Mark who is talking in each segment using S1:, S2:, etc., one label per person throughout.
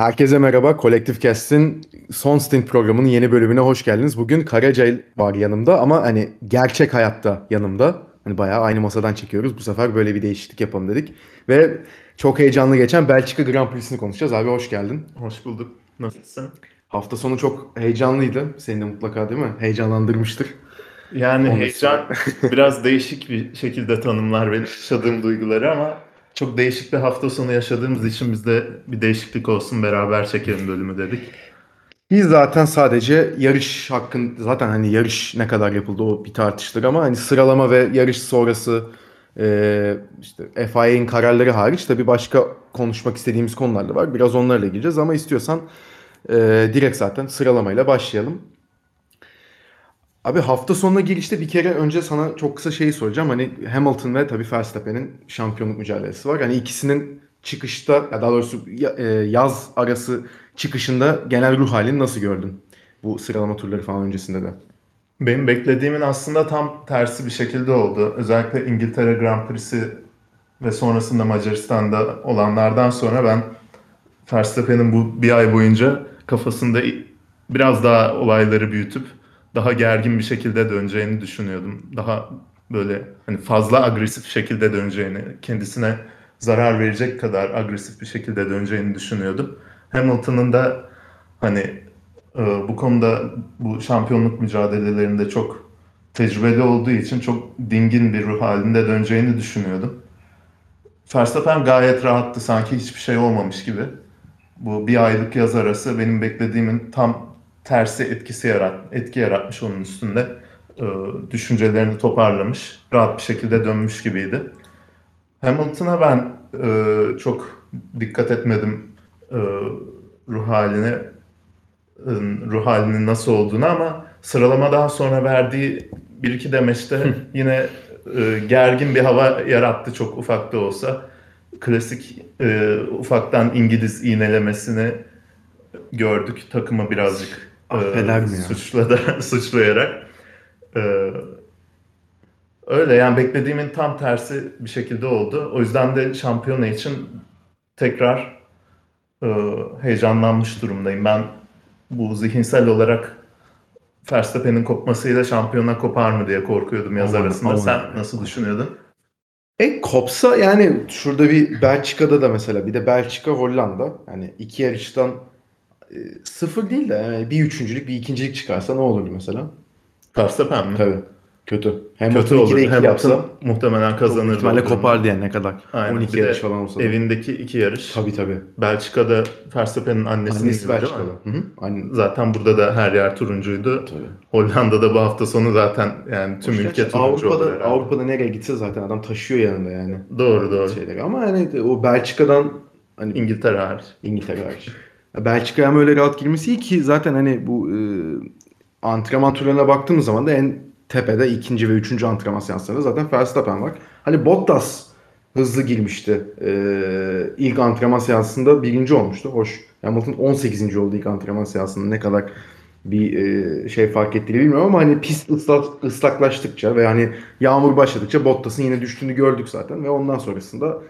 S1: Herkese merhaba. Kolektif Cast'in son stint programının yeni bölümüne hoş geldiniz. Bugün Karacay var yanımda ama hani gerçek hayatta yanımda. Hani bayağı aynı masadan çekiyoruz. Bu sefer böyle bir değişiklik yapalım dedik. Ve çok heyecanlı geçen Belçika Grand Prix'sini konuşacağız. Abi hoş geldin.
S2: Hoş bulduk. Nasılsın?
S1: Hafta sonu çok heyecanlıydı. Seni de mutlaka değil mi? Heyecanlandırmıştır.
S2: Yani
S1: Onun üstüne.
S2: heyecan biraz değişik bir şekilde tanımlar benim yaşadığım duyguları ama çok değişik bir hafta sonu yaşadığımız için biz de bir değişiklik olsun beraber çekelim bölümü dedik.
S1: Biz zaten sadece yarış zaten hani yarış ne kadar yapıldı o bir tartışılır ama hani sıralama ve yarış sonrası işte FIA'nin kararları hariç tabii başka konuşmak istediğimiz konular da var. Biraz onlarla gireceğiz ama istiyorsan direkt zaten sıralamayla başlayalım. Abi hafta sonuna girişte bir kere önce sana çok kısa şeyi soracağım. Hani Hamilton ve tabii Verstappen'in şampiyonluk mücadelesi var. Hani ikisinin çıkışta ya daha doğrusu yaz arası çıkışında genel ruh halini nasıl gördün? Bu sıralama turları falan öncesinde de.
S2: Benim beklediğimin aslında tam tersi bir şekilde oldu. Özellikle İngiltere Grand Prix'si ve sonrasında Macaristan'da olanlardan sonra ben Verstappen'in bu bir ay boyunca kafasında biraz daha olayları büyütüp daha gergin bir şekilde döneceğini düşünüyordum. Daha böyle hani fazla agresif şekilde döneceğini, kendisine zarar verecek kadar agresif bir şekilde döneceğini düşünüyordum. Hamilton'ın da hani bu konuda bu şampiyonluk mücadelelerinde çok tecrübeli olduğu için çok dingin bir ruh halinde döneceğini düşünüyordum. Verstappen gayet rahattı, sanki hiçbir şey olmamış gibi. Bu bir aylık yaz arası benim beklediğimin tam tersi etki yaratmış onun üstünde. Ee, Düşüncelerini toparlamış, rahat bir şekilde dönmüş gibiydi. Hamilton'a ben çok dikkat etmedim e, ruh haline, e, ruh halinin nasıl olduğunu ama sıralamadan sonra verdiği bir iki demeçte yine gergin bir hava yarattı, çok ufak da olsa. Klasik ufaktan İngiliz iğnelemesini gördük, takımı birazcık
S1: Affeder mi ya?
S2: suçlayarak. E, Öyle yani, beklediğimin tam tersi bir şekilde oldu. O yüzden de şampiyona için tekrar e, heyecanlanmış durumdayım. Ben bu zihinsel olarak Verstappen'in kopmasıyla şampiyona kopar mı diye korkuyordum yaz
S1: Aman
S2: arasında.
S1: aman
S2: Sen
S1: abi.
S2: nasıl düşünüyordun?
S1: Kopsa yani şurada bir Belçika'da da mesela bir de Belçika Hollanda yani iki yarıştan sıfır değil de yani bir üçüncülük bir ikincilik çıkarsa ne olurdu mesela?
S2: Verstappen mi?
S1: Tabii. Kötü.
S2: Kötü
S1: Hamilton 2'de
S2: olurdu.
S1: 2 yapsa
S2: Hamilton muhtemelen
S1: çok büyük
S2: kazanırdı o
S1: ihtimalle
S2: durumda.
S1: kopardı yani ne kadar.
S2: Aynen.
S1: 12
S2: Bir
S1: yarış
S2: de
S1: falan olsa da.
S2: evindeki iki yarış.
S1: Tabii tabii.
S2: Belçika'da Verstappen'in annesinin
S1: Annesi
S2: günü değil mi?
S1: Belçikalı. Hı hı. Aynen.
S2: Zaten burada da her yer turuncuydu.
S1: Tabii.
S2: Hollanda'da bu hafta sonu zaten yani tüm
S1: Hoş
S2: ülke
S1: gerçi
S2: turuncu olur herhalde.
S1: Avrupa'da nereye gitse zaten adam taşıyor yanında yani
S2: Doğru doğru.
S1: şeyleri. Ama hani o Belçika'dan hani
S2: İngiltere hariç.
S1: İngiltere hariç. Ya Belçika'ya ama öyle rahat girmesi iyi ki zaten hani bu antrenman turlarına baktığımız zaman da en tepede ikinci ve üçüncü antrenman seanslarında zaten Verstappen var. Hani Bottas hızlı girmişti. İlk antrenman seansında birinci olmuştu. Hoş. Hamilton 18. oldu ilk antrenman seansında. Ne kadar bir şey fark ettiğini bilmiyorum ama hani pist ıslaklaştıkça ve hani yağmur başladıkça Bottas'ın yine düştüğünü gördük zaten ve ondan sonrasında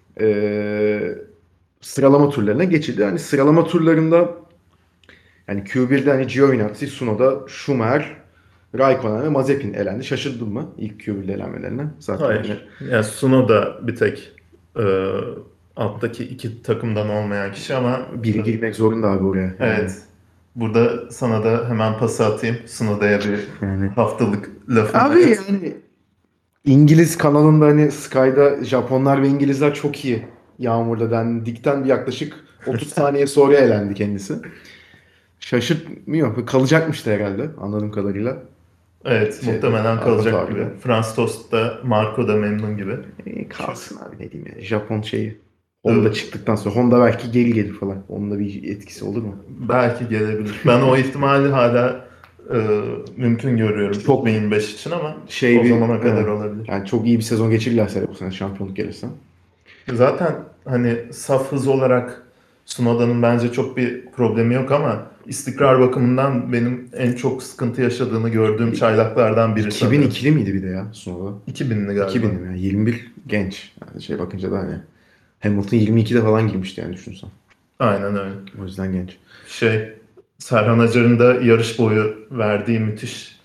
S1: e, sıralama turlarına geçildi. Hani sıralama turlarında yani Q1'de hani Giovinazzi, Tsunoda, Schumacher, Raikkonen ve Mazepin elendi. Şaşırdın mı ilk Q1'de elenmelerine? Zaten hani
S2: Hayır. Yani Suno da bir tek e, alttaki iki takımdan olmayan kişi ama
S1: biri girmek zorunda abi oraya. Yani
S2: evet. Burada sana da hemen pası atayım. Sunoda'ya bir
S1: yani
S2: haftalık lafımı
S1: abi
S2: et.
S1: yani İngiliz kanalında hani Sky'da Japonlar ve İngilizler çok iyi Yağmur'da dendikten bir yaklaşık 30 saniye sonra elendi kendisi. Şaşırtmıyor. Kalacakmıştı herhalde anladığım kadarıyla.
S2: Evet,
S1: Şeyde
S2: muhtemelen kalacak gibi.
S1: AlphaTauri'de.
S2: Frans Tost'ta Marco da memnun gibi. Çünkü
S1: Kalsın abi ne diyeyim ya. Japon şeyi. Honda
S2: e,
S1: çıktıktan sonra Honda belki geri gelir falan. Onun da bir etkisi olur mu?
S2: belki gelebilir. Ben o ihtimali hala mümkün görüyorum
S1: Çok
S2: 2025 için ama
S1: şey
S2: o
S1: bir
S2: zamana kadar olabilir.
S1: yani çok iyi bir sezon geçirirlerse bu sene şampiyonluk gelirse.
S2: Zaten hani saf hız olarak Tsunoda'nın bence çok bir problemi yok ama istikrar bakımından benim en çok sıkıntı yaşadığını gördüğüm çaylaklardan biri sanırım.
S1: 2002'li miydi bir de ya Tsunoda?
S2: 2000'li
S1: 2000'li
S2: galiba.
S1: mi? Yani 21 genç. Yani şey bakınca da hani Hamilton 22'de falan girmişti yani düşünsen.
S2: Aynen öyle.
S1: O yüzden genç.
S2: Serhan Acar'ın da yarış boyu verdiği müthiş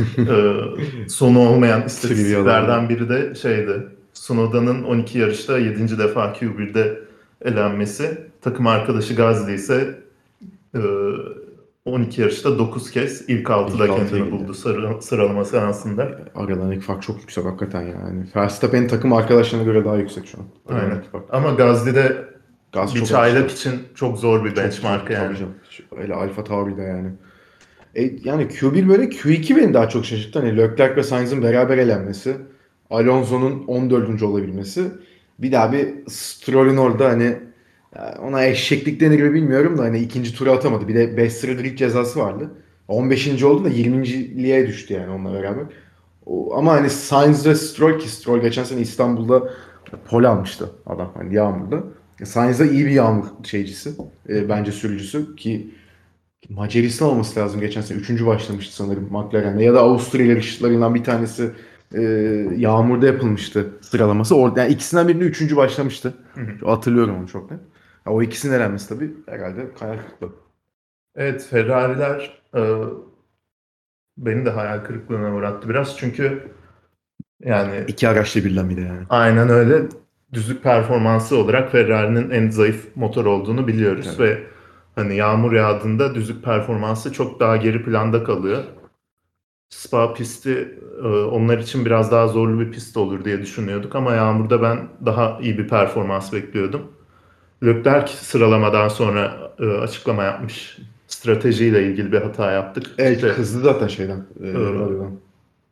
S2: sonu olmayan
S1: Trivyalarla.
S2: istatistiklerden biri de şeydi. Tsunoda'nın 12 yarışta 7. defa Q1'de elenmesi. Takım arkadaşı Gasly ise e, 12 yarışta 9 kez ilk
S1: İlk
S2: 6'da
S1: altıya
S2: kendini
S1: girdi.
S2: buldu sıralama seansında.
S1: Aralarındaki fark çok yüksek hakikaten yani. Verstappen'in takım arkadaşlarına göre daha yüksek şu an.
S2: Aynen.
S1: Aralarındaki fark.
S2: Ama Gasly'de
S1: Gaz
S2: bir
S1: çok
S2: çaylak
S1: alıştı.
S2: için çok zor bir
S1: Çok zor
S2: benchmark
S1: tabii
S2: yani.
S1: canım. Öyle Alfa Tauri'de yani. Yani Q1 böyle Q2 beni daha çok şaşırttı. Hani Leclerc ve Sainz'ın beraber elenmesi. Alonso'nun 14. olabilmesi. Bir daha bir Stroll'ün orada hani ona eşeklik denir mi bilmiyorum da hani ikinci tura atamadı. Bir de 5 sıra grid cezası vardı. 15. oldu da 20.liğe düştü yani onunla beraber. Ama hani Sainz ve Stroll ki Stroll geçen sene İstanbul'da pole almıştı adam hani yağmurda. Sainz de iyi bir yağmur şeycisi. Bence sürücüsü ki Macaristan olması lazım geçen sene. Üçüncü başlamıştı sanırım McLaren'de. Ya da Avusturya yarışlarından bir tanesi e, yağmurda yapılmıştı sıralaması. Orada, yani ikisinden birinde üçüncü başlamıştı.
S2: Hı hı.
S1: Hatırlıyorum onu çok net. Ya o ikisinin elenmesi tabii herhalde hayal kırıklığı.
S2: Evet, Ferrari'ler beni de hayal kırıklığına uğrattı biraz. Çünkü yani
S1: İki araçla birden bir de yani.
S2: aynen öyle. Düzlük performansı olarak Ferrari'nin en zayıf motor olduğunu biliyoruz
S1: Tabii.
S2: ve hani yağmur yağdığında düzlük performansı çok daha geri planda kalıyor. Spa pisti onlar için biraz daha zorlu bir pist olur diye düşünüyorduk ama yağmurda ben daha iyi bir performans bekliyordum. Leclerc sıralamadan sonra açıklama yapmış. Stratejiyle ilgili bir hata yaptık.
S1: Evet
S2: İşte
S1: hızlı zaten şeyden
S2: e,
S1: radyodan.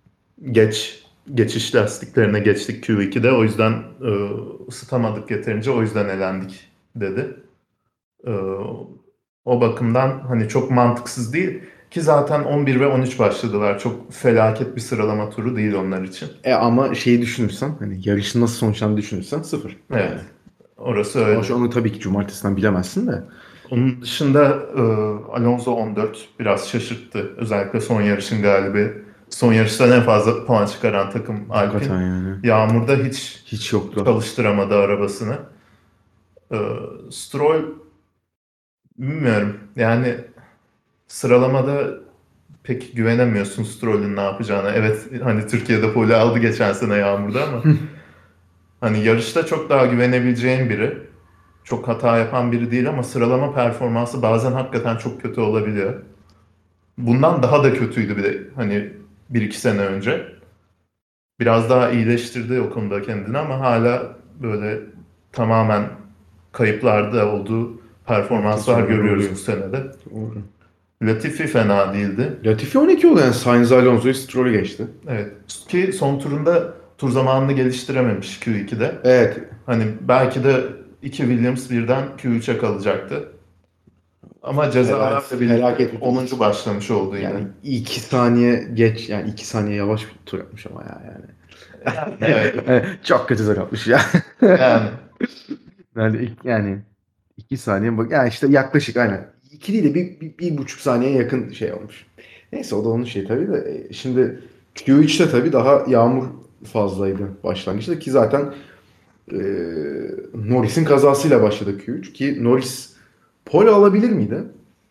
S2: geçiş lastiklerine geçtik Q2'de. O yüzden ısıtamadık yeterince. O yüzden elendik dedi. E, O bakımdan hani çok mantıksız değil ki zaten 11 ve 13 başladılar. Çok felaket bir sıralama turu değil onlar için.
S1: Ama şeyi düşünürsen hani yarışın nasıl sonuçlandığını düşünürsen sıfır. Yani.
S2: Evet, orası
S1: Ama
S2: öyle.
S1: şu onu tabii ki cumartesinden bilemezsin de.
S2: Onun dışında Alonso 14 biraz şaşırttı. Özellikle son yarışın galibi. Son yarıştan en fazla puan çıkaran takım Alpine.
S1: Hakikaten yani.
S2: Yağmurda hiç
S1: Hiç yoktu.
S2: çalıştıramadı arabasını. E, Stroll bilmiyorum. Yani sıralamada pek güvenemiyorsun Stroll'ün ne yapacağına. Evet hani Türkiye'de pole aldı geçen sene Yağmur'da ama hani yarışta çok daha güvenebileceğin biri. Çok hata yapan biri değil ama sıralama performansı bazen hakikaten çok kötü olabiliyor. Bundan daha da kötüydü bir de hani bir iki sene önce. Biraz daha iyileştirdi o konuda kendini ama hala böyle tamamen kayıplarda olduğu performanslar
S1: Kesinlikle
S2: görüyoruz
S1: oluyor.
S2: bu senede.
S1: Doğru.
S2: Latifi fena değildi.
S1: Latifi 12 oldu yani Sainz Alonso'yu Stroll'ü geçti.
S2: Evet. Ki son turunda tur zamanını geliştirememiş Q2'de.
S1: Evet.
S2: Hani belki de iki Williams birden Q3'e kalacaktı. Ama cezalarla birlikte
S1: Felaket bir tur.
S2: 10. başlamış oldu yine.
S1: Yani 2 saniye geç yani 2 saniye yavaş bir tur yapmış ama ya yani.
S2: Evet.
S1: Evet, çok kötü tur yapmış ya.
S2: Yani
S1: Yani 2 saniye bak yani işte yaklaşık aynen. 2 değil de bir buçuk saniye yakın şey olmuş. Neyse o da onun şey tabii de şimdi Q3'te tabii daha yağmur fazlaydı başlangıçta ki zaten e, Norris'in kazasıyla başladı Q3 ki Norris pole alabilir miydi?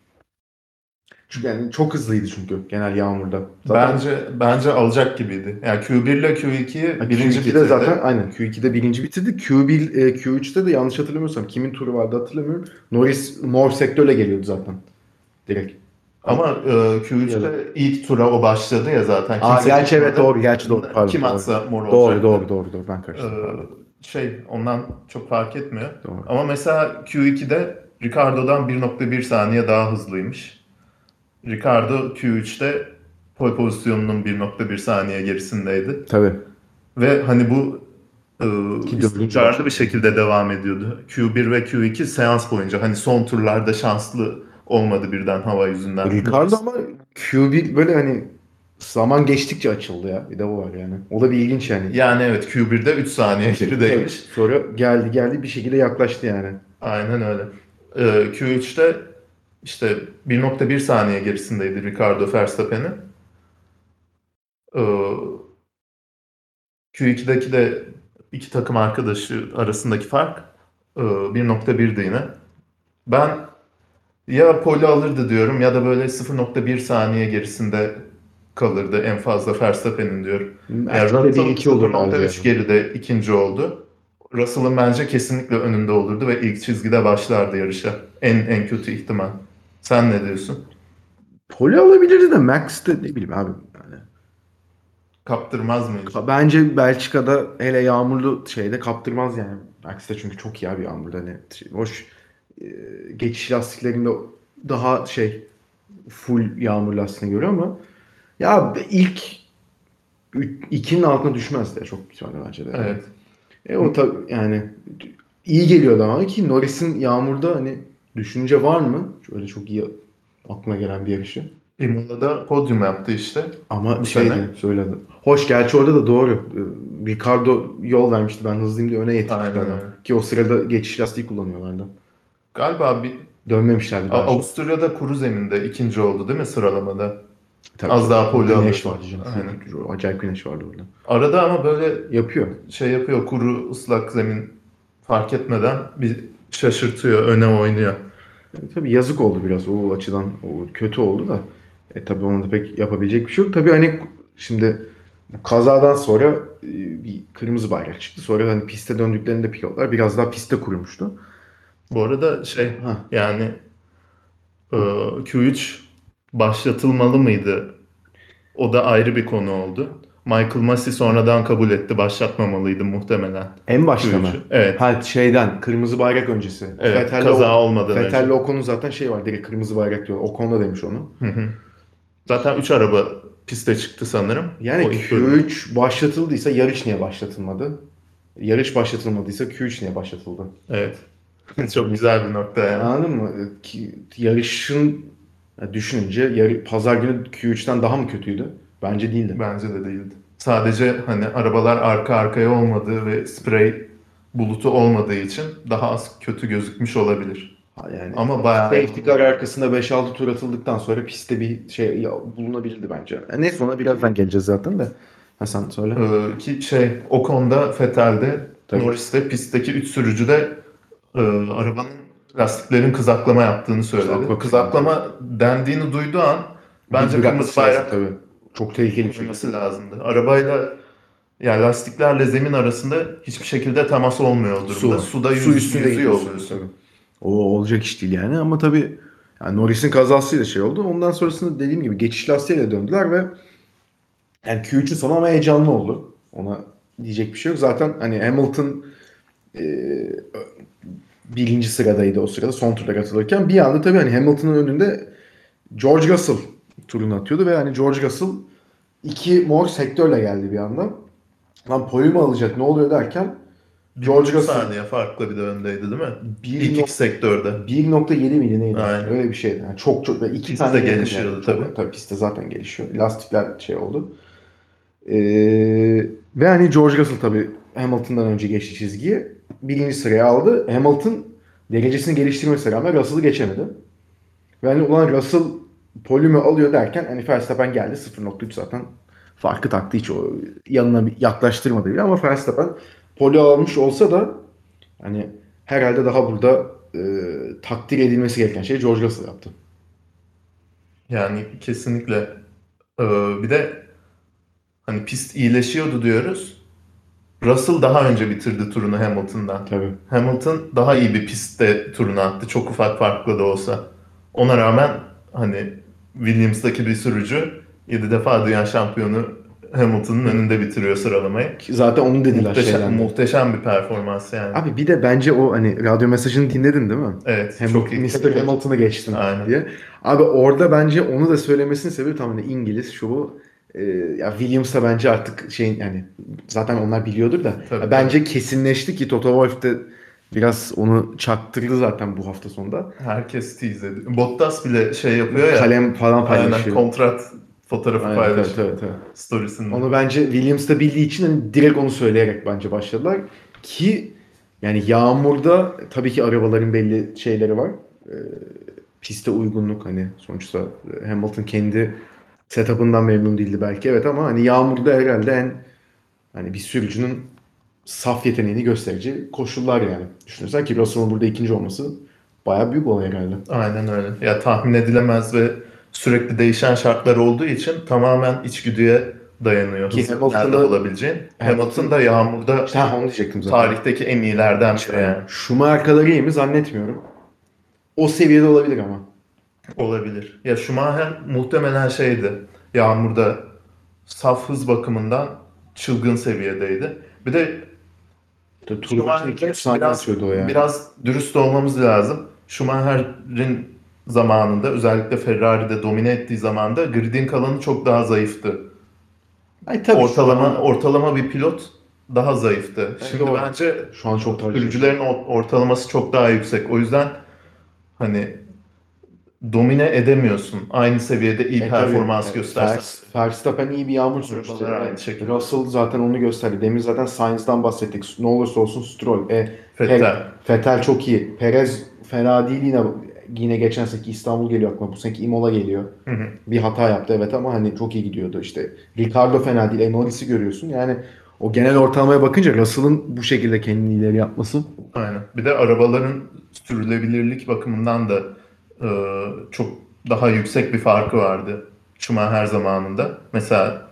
S1: Çünkü yani çok hızlıydı çünkü genel yağmurda. Zaten
S2: bence alacak gibiydi. Yani Q1 ile Q2'yi birinci
S1: Q2'de zaten
S2: bitirdi.
S1: aynen Q2'de birinci bitirdi. Q1, Q3'te de yanlış hatırlamıyorsam kimin turu vardı hatırlamıyorum. Norris mor sektörle geliyordu zaten direkt. Ama
S2: Ama
S1: ya da
S2: Q3'te ilk tura o başladı ya zaten. Kimse
S1: gerçi evet
S2: çıkmadı.
S1: doğru gerçi doğru pardon
S2: Kim
S1: doğru.
S2: atsa mor
S1: Doğru doğru
S2: olacaktı.
S1: doğru doğru ben
S2: E,
S1: karıştım pardon.
S2: Ondan çok fark etmiyor.
S1: Doğru.
S2: Ama mesela Q2'de Ricardo'dan 1,1 saniye daha hızlıymış. Ricardo Q3'te pole pozisyonunun 1,1 saniye gerisindeydi.
S1: Tabii.
S2: Ve hani bu
S1: Ki dördüncü
S2: istikrarlı bir
S1: başladı.
S2: şekilde devam ediyordu. Q1 ve Q2 seans boyunca hani son turlarda şanslı olmadı birden hava yüzünden.
S1: Ricardo ama Q1 böyle hani zaman geçtikçe açıldı ya. Bir de o var yani. O da bir ilginç yani.
S2: Yani evet Q1'de 3 saniye
S1: Tabii.
S2: gerideymiş.
S1: Sonra geldi bir şekilde yaklaştı yani.
S2: Aynen öyle. Q3'te işte 1,1 saniye gerisindeydi Ricardo Verstappen'in. Ee, Q2'deki de iki takım arkadaşı arasındaki fark 1,1'di yine. Ben ya pole alırdı diyorum ya da böyle 0,1 saniye gerisinde kalırdı en fazla Verstappen'in diyorum. Yani
S1: Belki de
S2: Russell
S1: 1-2 olurlardı
S2: 0,3
S1: yani.
S2: geride ikinci oldu. Russell'ın bence kesinlikle önünde olurdu ve ilk çizgide başlardı yarışa. En kötü ihtimal. Sen ne diyorsun?
S1: Pole alabilirdi de Max de ne bileyim abi. Yani.
S2: Kaptırmaz mıydı?
S1: Bence Belçika'da hele yağmurlu şeyde kaptırmaz yani. Max de çünkü çok iyi abi yağmurda. Hani hoş e, geçiş lastiklerinde daha şey full yağmur lastiğine göre ama ya ilk 2'nin altına düşmez de çok güzel bence de yani.
S2: Evet.
S1: O tabii yani iyi geliyordu ama ki Norris'in yağmurda hani düşünce var mı? Şöyle çok iyi aklıma gelen bir yarışı.
S2: Imola'da podyum yaptı işte
S1: Ama
S2: bu sene.
S1: şeydi söyledi. Hoş gerçi orada da doğru. Ricardo yol vermişti ben hızlıyım diye öne yetişmişti
S2: Aynen
S1: adam.
S2: öyle.
S1: Ki o sırada geçiş lastiği kullanıyorlardı.
S2: Galiba bir
S1: Dönmemişlerdi daha şey.
S2: Avusturya'da kuru zeminde ikinci oldu değil mi sıralamada?
S1: Tabii
S2: Az daha pole
S1: güneş
S2: alıyordu.
S1: vardı canım.
S2: Aynen.
S1: Acayip güneş vardı orada.
S2: Arada ama böyle
S1: Yapıyor.
S2: şey yapıyor, kuru ıslak zemin fark etmeden bir şaşırtıyor, öne oynuyor.
S1: Tabii yazık oldu biraz o açıdan. O kötü oldu da. Tabii onun da pek yapabilecek bir şey yok. Tabii hani şimdi bu kazadan sonra bir kırmızı bayrak çıktı. Sonra hani piste döndüklerinde pilotlar biraz daha piste kurmuştu.
S2: Bu arada şey
S1: Ha.
S2: yani Q3 başlatılmalı mıydı? O da ayrı bir konu oldu. Michael Masi sonradan kabul etti, başlatmamalıydı muhtemelen
S1: En başta mı?
S2: Q3'ü. Evet,
S1: Ha şeyden kırmızı bayrak öncesi.
S2: evet kaza olmadan
S1: Vettel'le
S2: önce.
S1: Ocon'un zaten şey var direkt kırmızı bayrak diyor. Ocon da demiş onu.
S2: Hı hı. Zaten 3 araba piste çıktı sanırım
S1: Yani
S2: o ilk bölümde.
S1: Q3 başlatıldıysa yarış niye başlatılmadı? Yarış başlatılmadıysa Q3 niye başlatıldı?
S2: Evet. Çok güzel bir nokta yani.
S1: Anladın mı? Yarışın ya düşününce pazar günü Q3'ten daha mı kötüydü? Bence değildi.
S2: Bence de değildi. Sadece hani arabalar arka arkaya olmadığı ve sprey bulutu olmadığı için daha az kötü gözükmüş olabilir.
S1: Yani
S2: Ama bayağı
S1: safety car arkasında 5-6 tur atıldıktan sonra pistte bir şey bulunabilirdi bence. Neyse ona birazdan geleceğiz zaten de. Hasan söyle.
S2: ki şey o konuda Vettel'de,
S1: Tabii.
S2: Norris'te, pistteki 3 sürücü de arabanın lastiklerin kızaklama yaptığını söyledi.
S1: Kızakla kıskandı.
S2: Kızaklama dendiğini duyduğu an
S1: Bir
S2: bence kırmızı
S1: bırakması lazım
S2: bayrak
S1: tabii. Çok tehlikeli bir şey.
S2: koyması lazımdı. Arabayla yani lastiklerle zemin arasında hiçbir şekilde temas olmuyor o
S1: Su
S2: durumda.
S1: var.
S2: Suda
S1: Su üstünde
S2: yüzüyor
S1: gidiyorsun.
S2: oluyorsun.
S1: Tabii. O olacak iş değil yani ama tabii yani Norris'in kazasıyla şey oldu. Ondan sonrasında dediğim gibi geçiş lastiğiyle döndüler ve yani Q3'ün sonu ama heyecanlı oldu. Ona diyecek bir şey yok. Zaten hani Hamilton e, birinci sıradaydı o sırada son turda katılırken. Bir anda tabii hani Hamilton'ın önünde George Russell turunu atıyordu ve hani George Russell iki mor sektörle geldi bir anda. Lan pole mi alacak ne oluyor derken George
S2: 1,5
S1: Russell
S2: saniye farklı bir de öndeydi değil mi? İlk iki
S1: 1.7
S2: sektörde.
S1: 1.7 miydi neydi?
S2: Aynen.
S1: Öyle bir şeydi. Yani çok çok ve iki
S2: Pist
S1: tane
S2: de
S1: yakın yani.
S2: gelişiyordu tabii.
S1: Çok tabii pistte zaten gelişiyor. Lastikler şey oldu. Ve hani George Russell tabii Hamilton'dan önce geçti çizgiyi. Birinci sıraya aldı. Hamilton derecesini geliştirmesine rağmen Russell'ı geçemedi. Ve hani ulan Russell polümü alıyor derken hani Verstappen geldi 0.3 zaten farkı taktı hiç o yanına yaklaştırmadı bile ama Verstappen poli almış olsa da hani herhalde daha burada takdir edilmesi gereken şey George Russell yaptı.
S2: Yani kesinlikle. Bir de hani pist iyileşiyordu diyoruz. Russell daha önce bitirdi turunu Hamilton'dan.
S1: Tabii.
S2: Hamilton daha iyi bir pistte turunu attı. Çok ufak farklı da olsa. Ona rağmen hani Williams'daki bir sürücü 7 defa dünya şampiyonu Hamilton'ın önünde bitiriyor sıralamayı.
S1: Ki zaten onu dediler
S2: Muhteşem,
S1: şeyden de.
S2: muhteşem bir performans yani.
S1: Abi bir de bence o hani radyo mesajını dinledin değil mi?
S2: Evet, çok iyi.
S1: Mr. Hamilton'ı geçtim
S2: Aynen.
S1: diye. Abi orada bence onu da söylemesinin sebebi tam hani İngiliz şu bu. Ya Williams da bence artık şeyin yani zaten onlar biliyordur da
S2: Tabii,
S1: bence kesinleşti ki Toto Wolff de biraz onu çaktırdı zaten bu hafta sonunda.
S2: herkes tease ediyor. Bottas bile şey yapıyor ya.
S1: Kalem falan
S2: Aynen
S1: paylaşıyor.
S2: kontrat fotoğrafı
S1: Aynen tabii,
S2: paylaşıyor.
S1: tabii, tabii.
S2: Storiesinde.
S1: Onu bence Williams da bildiği için hani direkt onu söyleyerek bence başladılar. Ki yani yağmurda tabii ki arabaların belli şeyleri var. Ee, Piste uygunluk hani sonuçta Hamilton kendi setup'ından memnun değildi belki evet ama hani yağmurda herhalde en hani bir sürücünün saf yeteneğini göstereceği koşullar yani. Düşünürsen ki Russell'ın burada ikinci olması bayağı büyük olay herhalde.
S2: Aynen öyle. Ya tahmin edilemez ve sürekli değişen şartlar olduğu için tamamen içgüdüye dayanıyor.
S1: Ki
S2: Hızı nerede
S1: Hamilton'da
S2: bulabileceğin. Hamilton da yağmurda
S1: işte onu diyecektim zaten.
S2: tarihteki en iyilerden biri yani.
S1: Schumacher kadar iyi mi zannetmiyorum. O seviyede olabilir ama.
S2: Olabilir. Ya Schumacher muhtemelen şeydi. Yağmurda saf hız bakımından çılgın seviyedeydi. Bir de
S1: Tur başına
S2: Schumacher'in
S1: 2-3 saniye atıyordu o yani.
S2: biraz dürüst olmamız lazım. Schumacher'in zamanında özellikle Ferrari'de domine ettiği zamanda gridin kalanı çok daha zayıftı.
S1: Ay tabii
S2: Ortalama bir pilot daha zayıftı. Şimdi
S1: doğru.
S2: bence
S1: Şu an çok tartışılıyor.
S2: sürücülerin ortalaması çok daha yüksek. O yüzden hani domine edemiyorsun. Aynı seviyede iyi performans
S1: Tabii,
S2: göstersen.
S1: Verstappen iyi bir yağmur sürücüsü.
S2: Arabalar aynı şekilde.
S1: Russell zaten onu gösterdi. Demin zaten Sainz'dan bahsettik. Ne olursa olsun Stroll.
S2: Vettel.
S1: Vettel çok iyi. Perez fena değil yine geçen seneki İstanbul geliyor aklıma. Bu seneki Imola geliyor.
S2: Hı hı.
S1: Bir hata yaptı evet ama hani çok iyi gidiyordu işte. Ricardo fena değil. Norris'i görüyorsun. Yani o genel ortalamaya bakınca Russell'ın bu şekilde kendini ileri yapması.
S2: Aynen. Bir de arabaların sürülebilirlik bakımından da çok daha yüksek bir farkı vardı Schumacher zamanında. Mesela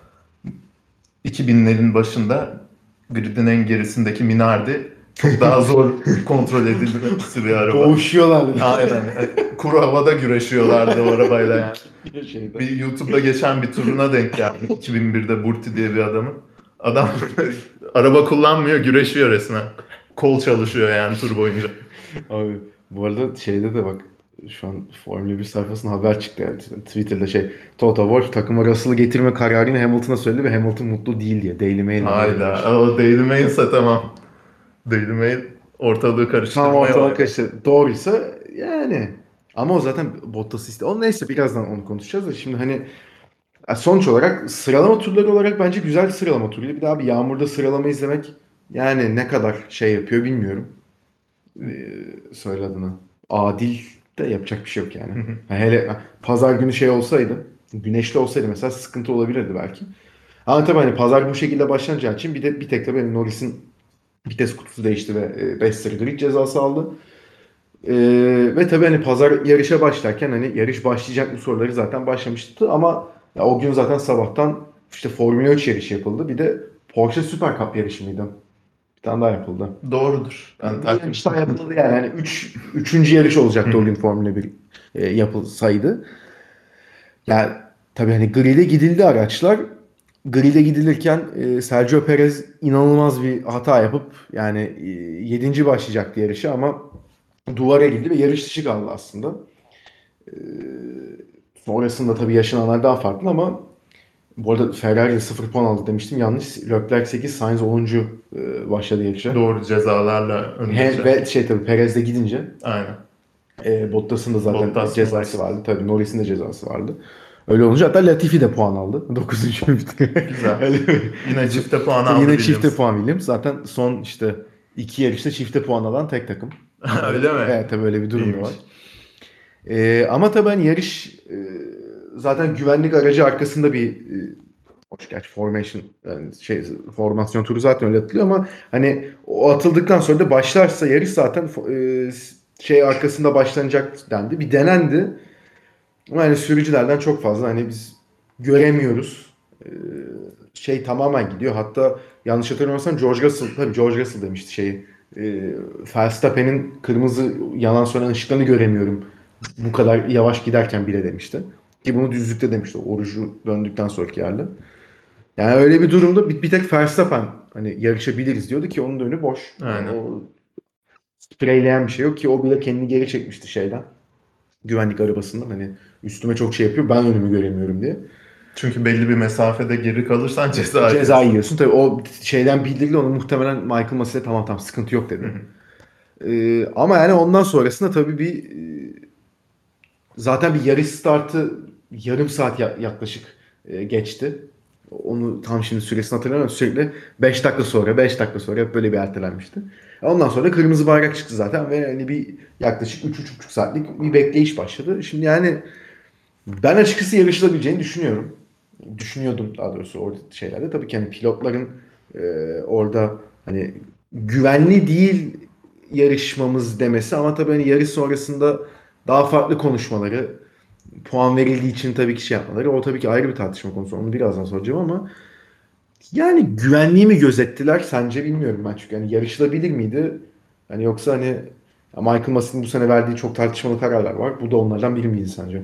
S2: 2000'lerin başında gridin en gerisindeki Minardi çok daha zor kontrol edilmesi bir araba.
S1: Boğuşuyorlardı.
S2: Aynen. Kuru havada güreşiyorlardı o arabayla yani.
S1: Şeyde.
S2: Bir YouTube'da geçen bir turuna denk geldim. 2001'de Burti diye bir adamın. Adam araba kullanmıyor, güreşiyor resmen. Kol çalışıyor yani tur boyunca.
S1: Abi bu arada şeyde de bak şu an Formula 1 sayfasında haber çıktı yani Twitter'da Toto Wolff takıma Russell'ı getirme kararını Hamilton'a söyledi ve Hamilton mutlu değil diye. Daily Mail
S2: Hayda. O Daily Mail'se tamam. Daily Mail ortalığı
S1: tam
S2: karıştırmaya
S1: ortalık
S2: oynadı.
S1: kaçtı. Doğruysa yani. Ama o zaten Bottas istedi. O neyse birazdan onu konuşacağız da şimdi hani sonuç olarak sıralama turları olarak bence güzel bir sıralama turuydu. Bir daha bir yağmurda sıralama izlemek yani ne kadar şey yapıyor bilmiyorum. Söyle adını. Adil de yapacak bir şey yok yani. Hele pazar günü şey olsaydı, güneşli olsaydı mesela sıkıntı olabilirdi belki. Ama tabii hani pazar bu şekilde başlanacağı için bir tek tabii Norris'in vites kutusu değişti ve 5 sıra grid cezası aldı. Ve tabii hani pazar yarışa başlarken hani yarış başlayacak mı soruları zaten başlamıştı ama ya o gün zaten sabahtan işte Formula 3 yarışı yapıldı. Bir de Porsche Super Cup yarışı mıydı? Bir tane daha yapıldı.
S2: Doğrudur. Ben
S1: Bir yarış daha yapıldı yani. Yani üçüncü yarış olacaktı o gün Formula 1 yapılsaydı. Yani tabii hani grid'e gidildi araçlar. Grid'e gidilirken Sergio Perez inanılmaz bir hata yapıp yani 7. başlayacaktı yarışı ama duvara girdi ve yarış dışı kaldı aslında. E, Sonrasında tabii yaşananlar daha farklı ama bu arada Ferrari 0 puan aldı demiştim. Yanlış. Leclerc 8, Sainz 10. Başladı yarışa.
S2: doğru cezalarla önce.
S1: Ve tabii Perez de gidince
S2: Aynen.
S1: Bottas'ın da zaten
S2: Bottas,
S1: cezası
S2: Norris.
S1: vardı. Tabii Norris'in de cezası vardı. Öyle olunca hatta Latifi de puan aldı. 9. bitti.
S2: Güzel. Yine çifte puan aldı
S1: Yine
S2: Williams.
S1: çifte puan Williams. Zaten son işte 2 yarışta çifte puan alan tek takım.
S2: Öyle mi?
S1: Evet tabii öyle bir durum da
S2: İyiymiş.
S1: var. Ama tabii hani yarış zaten güvenlik aracı arkasında bir hoş gerçi formation yani formasyon turu zaten öyle atılıyor ama hani o atıldıktan sonra da başlarsa yarış zaten arkasında başlanacak dendi. Bir denendi. Ama hani sürücülerden çok fazla hani biz göremiyoruz. Tamamen gidiyor. Hatta yanlış hatırlamıyorsam George Russell demişti Verstappen'in kırmızı yanan sönen ışıklarını göremiyorum. Bu kadar yavaş giderken bile demişti. Ki bunu düzlükte demişti. Orucu döndükten sonraki yerde. Yani öyle bir durumda bir tek Verstappen hani yarışabiliriz diyordu ki onun da önü boş.
S2: Aynen.
S1: O spreyleyen bir şey yok ki o bile kendini geri çekmişti güvenlik arabasından hani üstüme çok şey yapıyor ben önümü göremiyorum diye.
S2: Çünkü belli bir mesafede geri kalırsan ceza
S1: Ceza yiyorsun. Tabii o bildirdi onu muhtemelen Michael Massey tamam sıkıntı yok dedi. Ama yani ondan sonrasında tabii zaten bir yarış startı yarım saat yaklaşık geçti. Onu tam şimdi süresini hatırlamıyorum. Sürekli 5 dakika sonra 5 dakika sonra hep böyle bir ertelenmişti. Ondan sonra kırmızı bayrak çıktı zaten ve hani bir yaklaşık 3,5 saatlik bir bekleyiş başladı. Şimdi yani ben açıkçası yarışılabileceğini düşünüyorum. Düşünüyordum daha doğrusu orada şeylerde. Tabii ki hani pilotların orada hani güvenli değil yarışmamız demesi ama tabii hani yarış sonrasında daha farklı konuşmaları, puan verildiği için tabii ki şey yapmaları o tabii ki ayrı bir tartışma konusu. Onu birazdan soracağım ama yani güvenliği mi gözettiler sence bilmiyorum ben çünkü hani yarışılabilir miydi? Hani yoksa hani ya Michael Masi'nin bu sene verdiği çok tartışmalı kararlar var. Bu da onlardan biri miydi sence?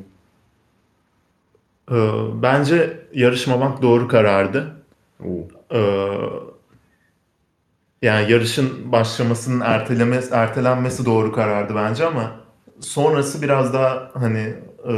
S2: Bence yarışmamak doğru karardı.
S1: Oo.
S2: Ee, Yani yarışın başlamasının ertelenmesi doğru karardı bence ama sonrası biraz daha hani e,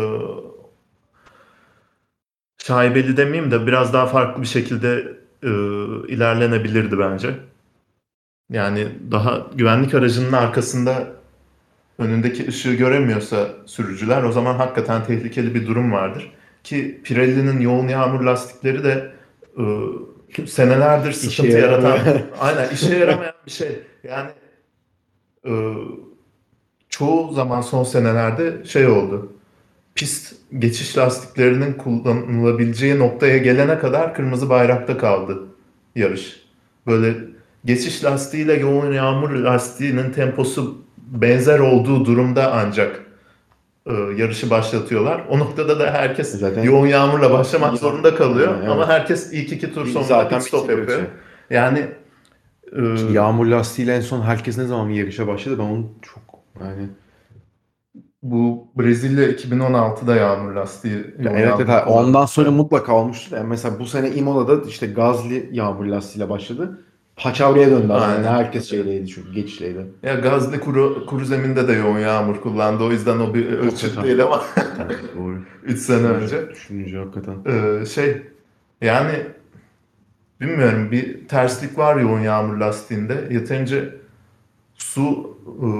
S2: şaibeli demeyeyim de biraz daha farklı bir şekilde e, ilerlenebilirdi bence. Yani daha güvenlik aracının arkasında önündeki ışığı göremiyorsa sürücüler o zaman hakikaten tehlikeli bir durum vardır. Ki Pirelli'nin yoğun yağmur lastikleri de senelerdir
S1: İşe
S2: sıkıntı
S1: yaramıyor.
S2: yaratan, aynen işe yaramayan bir şey. Yani e, çoğu zaman son senelerde şey oldu. Pist geçiş lastiklerinin kullanılabileceği noktaya gelene kadar kırmızı bayrakta kaldı yarış. Böyle geçiş lastiğiyle yoğun yağmur lastiğinin temposu benzer olduğu durumda ancak yarışı başlatıyorlar. O noktada da herkes
S1: Zaten
S2: yoğun yağmurla başlamak
S1: ya,
S2: zorunda kalıyor. Ama
S1: evet.
S2: herkes ilk iki tur sonunda pit
S1: Zaten
S2: stop
S1: bitiriyor
S2: yapıyor.
S1: şey.
S2: Yani e,
S1: Ki yağmur lastiğiyle en son herkes ne zaman bir yarışa başladı ben onu çok yani
S2: bu Brezilya 2016'da yağmur lastiği,
S1: ya
S2: yoğun
S1: evet evet
S2: yağmur
S1: ha, ondan sonra
S2: kullanılmıştı.
S1: mutlaka olmuştur. Yani mesela bu sene Imola'da işte Gazli yağmur lastiğiyle başladı. Paçavraya döndü adam. Yani
S2: Aynen.
S1: herkes şeyleydi çünkü geçişleydi.
S2: Ya Gazli kuru zeminde de yoğun yağmur kullandı. O yüzden o bir ölçüt
S1: Hakikaten.
S2: değil ama
S1: Evet, doğru.
S2: 3 sene
S1: Düşününce,
S2: önce.
S1: düşününce hakikaten.
S2: Şey yani bilmiyorum bir terslik var yoğun yağmur lastiğinde. Yeterince su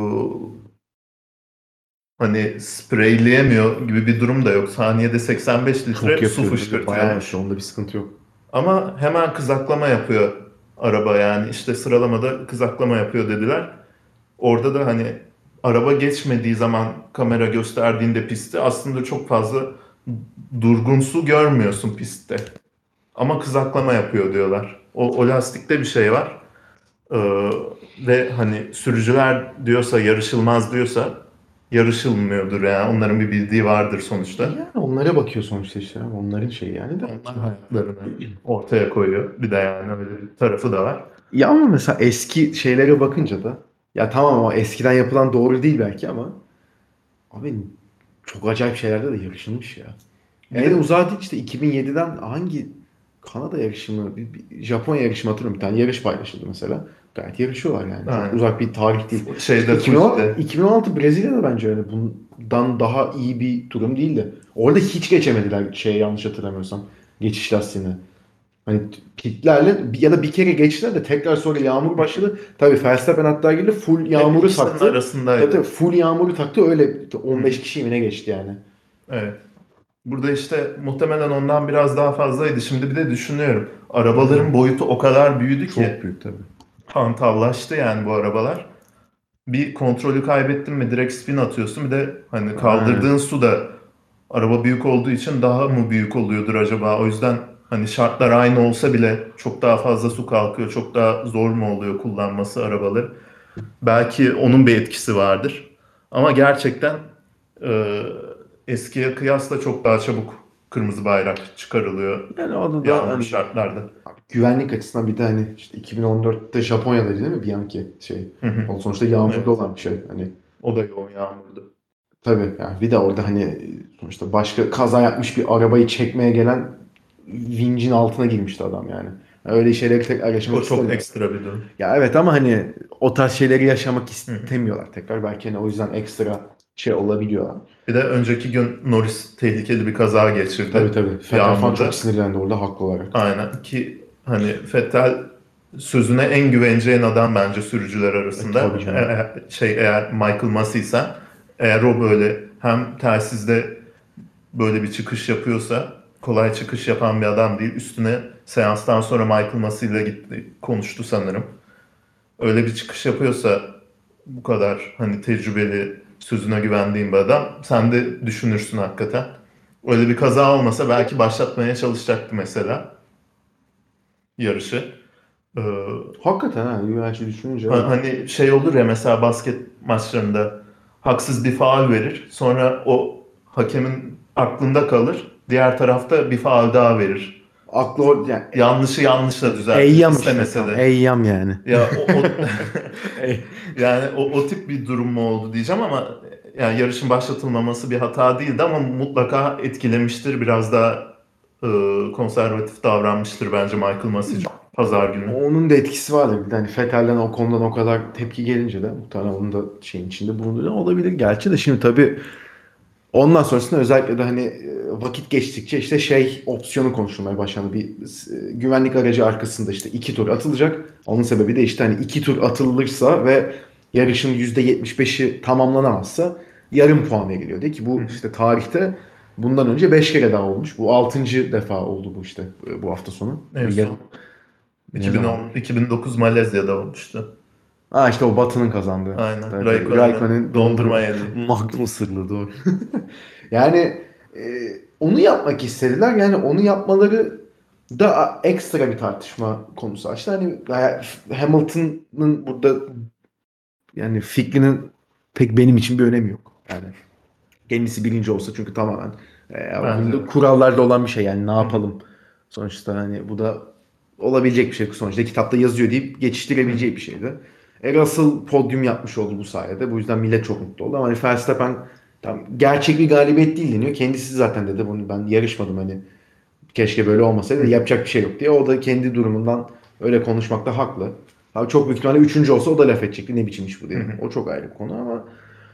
S2: hani spreyleyemiyor gibi bir durum da yok. Saniyede 85
S1: Çok
S2: litre su
S1: yapıyordu. Tabii. Bayağı yapıyor.
S2: fışkırtıyormuş.
S1: Onda bir sıkıntı yok.
S2: Ama hemen kızaklama yapıyor araba yani işte sıralamada kızaklama yapıyor dediler. Orada da hani araba geçmediği zaman kamera gösterdiğinde pisti aslında çok fazla durgun su görmüyorsun pistte. Ama kızaklama yapıyor diyorlar. O lastikte bir şey var. Ee, Ve hani sürücüler diyorsa yarışılmaz diyorsa yarışılmıyordur yani. Onların bir bildiği vardır sonuçta.
S1: Yani onlara bakıyor sonuçta işte. Onların şeyi yani de.
S2: Onlar hayatlarını ortaya koyuyor. Bir de yani öyle bir tarafı da var.
S1: Ya ama mesela eski şeylere bakınca da ya tamam ama eskiden yapılan doğru değil belki ama abi çok acayip şeylerde de yarışılmış ya.
S2: Bir
S1: En
S2: de
S1: uzağı işte 2007'den hangi Kanada yarışı mı, bir Japonya yarışı mı hatırlamıyorum. Bir tane yarış paylaşıldı mesela. Gayet yarışıyorlar yani. Çok
S2: yani
S1: uzak bir tarih değil. İşte
S2: şeyde
S1: 2016,
S2: Fuji'de
S1: 2016 Brezilya'da bence öyle bundan daha iyi bir durum değildi. Orada hiç geçemediler şeye yanlış hatırlamıyorsam. Geçiş lastiğine. Hani pitlerle ya da bir kere geçtiler de tekrar sonra yağmur başladı. Tabii Verstappen hatta girdi full
S2: hep
S1: yağmuru
S2: ikisinin
S1: taktı. Tabii
S2: arasındaydı.
S1: full yağmuru taktı öyle
S2: Hı,
S1: 15 kişi mi ne geçti yani.
S2: evet. Burada işte muhtemelen ondan biraz daha fazlaydı. Şimdi bir de düşünüyorum.
S1: Aynen.
S2: Arabaların boyutu o kadar büyüdü
S1: Çok
S2: ki
S1: büyük tabii.
S2: hantallaştı yani bu arabalar. Bir kontrolü kaybettin mi direkt spin atıyorsun. Bir de hani kaldırdığın
S1: Aynen.
S2: su da araba büyük olduğu için daha mı büyük oluyordur acaba? O yüzden hani şartlar aynı olsa bile çok daha fazla su kalkıyor. Çok daha zor mu oluyor kullanması arabaları? Belki onun bir etkisi vardır. Ama gerçekten e, eskiye kıyasla çok daha çabuk kırmızı bayrak çıkarılıyor
S1: Yani o da
S2: yağmurlu
S1: hani
S2: şartlarda.
S1: abi güvenlik açısından bir de hani işte 2014'te Japonya'daydı değil mi Bianchi şey.
S2: Hı hı.
S1: O sonuçta yağmurda
S2: Evet.
S1: olan bir şey. Hani
S2: O da yoğun yağmurdu.
S1: tabii yani bir de orada hani sonuçta başka kaza yapmış bir arabayı çekmeye gelen vincin altına girmişti adam yani. Öyle şeyleri tekrar yaşamak
S2: O çok
S1: istemiyor.
S2: ekstra bir durum.
S1: Ya evet ama hani o tarz şeyleri yaşamak
S2: Hı hı.
S1: istemiyorlar tekrar. Belki hani o yüzden ekstra şey olabiliyorlar.
S2: Bir de önceki gün Norris tehlikeli bir kaza
S1: Tabii
S2: geçirdi
S1: tabii. Vettel falan çok
S2: yağmurda.
S1: sinirlendi orada haklı olarak.
S2: Aynen ki hani Vettel sözüne en güveneceğin adam bence sürücüler
S1: Tabii
S2: arasında.
S1: canım.
S2: Eğer Michael Massey'sen eğer o böyle hem telsizde böyle bir çıkış yapıyorsa kolay çıkış yapan bir adam değil. Üstüne seanstan sonra Michael Massey ile gitti konuştu sanırım. Öyle bir çıkış yapıyorsa bu kadar hani tecrübeli sözüne güvendiğim bir adam sen de düşünürsün hakikaten. Öyle bir kaza olmasa belki başlatmaya çalışacaktı mesela yarışı. Ee,
S1: Hakikaten ha, güvençli düşününce evet.
S2: Hani şey olur ya, mesela basket maçlarında haksız bir faul verir. Sonra o hakemin aklında kalır. Diğer tarafta bir faul daha verir.
S1: Yani
S2: Yanlışı yanlışla düzeltir
S1: Eyyam işte
S2: istemese
S1: tam.
S2: de.
S1: Eyyam yani.
S2: Ya o
S1: Ey-
S2: yani o tip bir durum mu oldu diyeceğim ama yani yarışın başlatılmaması bir hata değildi ama mutlaka etkilemiştir. Biraz daha e, konservatif davranmıştır bence Michael Masic pazar günü.
S1: Onun da etkisi vardır. Bir de hani Fethel'den o konudan o kadar tepki gelince de muhtemelen onun da şeyin içinde bulunduğu olabilir. Gerçi de şimdi tabii ondan sonrasında özellikle de hani vakit geçtikçe işte şey opsiyonu konuşulmaya başlandı. Bir güvenlik aracı arkasında işte 2 tur atılacak. Onun sebebi de işte hani 2 tur atılırsa ve yarışın %75'i tamamlanamazsa yarım puan veriliyor. Diye ki
S2: Hı
S1: bu
S2: hı.
S1: işte tarihte bundan önce 5 kere daha olmuş. Bu 6. defa oldu bu işte bu hafta sonu.
S2: En
S1: Yarım
S2: son
S1: ne zaman?
S2: 2009 Malezya'da olmuştu.
S1: Ha işte o Batı'nın kazandığı.
S2: Aynen.
S1: Tabii tabii.
S2: Raikkonen'in
S1: Raikkonen'in
S2: dondurma
S1: dondurma.
S2: yediği.
S1: Magnum ısırdı doğru. Yani onu yapmak istediler. Yani onu yapmaları da ekstra bir tartışma konusu açtı. Hani Hamilton'ın burada yani fikrinin pek benim için bir önemi yok. Yani kendisi birinci olsa çünkü tamamen
S2: Bence
S1: bunda
S2: de.
S1: kurallarda olan bir şey yani ne
S2: Hı hı.
S1: yapalım. Sonuçta hani bu da olabilecek bir şey. Sonuçta kitapta yazıyor deyip
S2: Hı hı.
S1: geçiştirebileceği bir şeydi. Russell podyum yapmış oldu bu sayede. Bu yüzden millet çok mutlu oldu. Ama hani Verstappen tam gerçek bir galibiyet değil deniyor. Kendisi zaten dedi bunu ben yarışmadım hani keşke böyle
S2: Hı
S1: olmasaydı
S2: hı.
S1: yapacak bir şey yok diye. O da kendi durumundan öyle konuşmakta haklı. Abi çok büyük ihtimalle üçüncü olsa o da laf edecekti. Ne biçim iş bu
S2: Hı
S1: diye.
S2: hı.
S1: O çok ayrı bir konu ama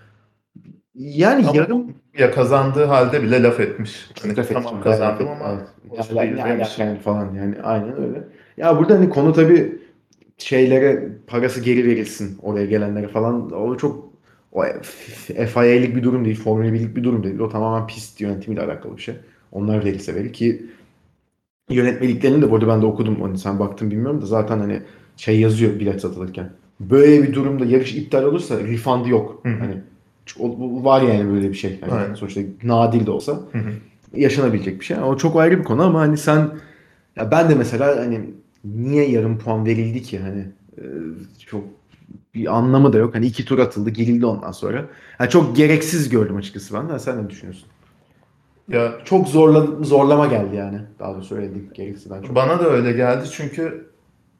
S1: yani
S2: Ama
S1: yarım
S2: ya kazandığı halde bile laf etmiş. Hani
S1: laf
S2: tamam
S1: edeceğim. Bayağı laf
S2: kazandım
S1: ettim. Evet.
S2: ama hoş değil
S1: Ne alaka
S2: demiş.
S1: yani falan yani. Aynen öyle. Ya burada hani konu tabii şeylere parası geri verilsin oraya gelenlere falan. O çok o FIA'lik bir durum değil. Formula 1'lik bir durum değil. O tamamen pist yönetimiyle alakalı bir şey. Onlar verirse verir ki yönetmeliklerini de bu arada ben de okudum. Hani sen baktın bilmiyorum da zaten hani şey yazıyor bilet satılırken. Böyle bir durumda yarış iptal olursa refund yok.
S2: Hı hı.
S1: Hani var yani böyle bir şey. Hani
S2: Aynen.
S1: sonuçta nadir de olsa
S2: Hı hı.
S1: yaşanabilecek bir şey. O çok ayrı bir konu ama hani sen ya ben de mesela hani niye yarım puan verildi ki hani e, çok bir anlamı da yok. Hani 2 tur atıldı, girildi ondan sonra. Yani çok gereksiz gördüm açıkçası ben de. Sen ne düşünüyorsun?
S2: Ya
S1: Çok zorlama geldi yani. Daha doğrusu öyle değil. Gereksizden çok.
S2: bana da öyle geldi çünkü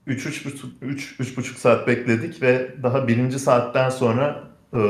S2: 3,5 saat bekledik ve daha birinci saatten sonra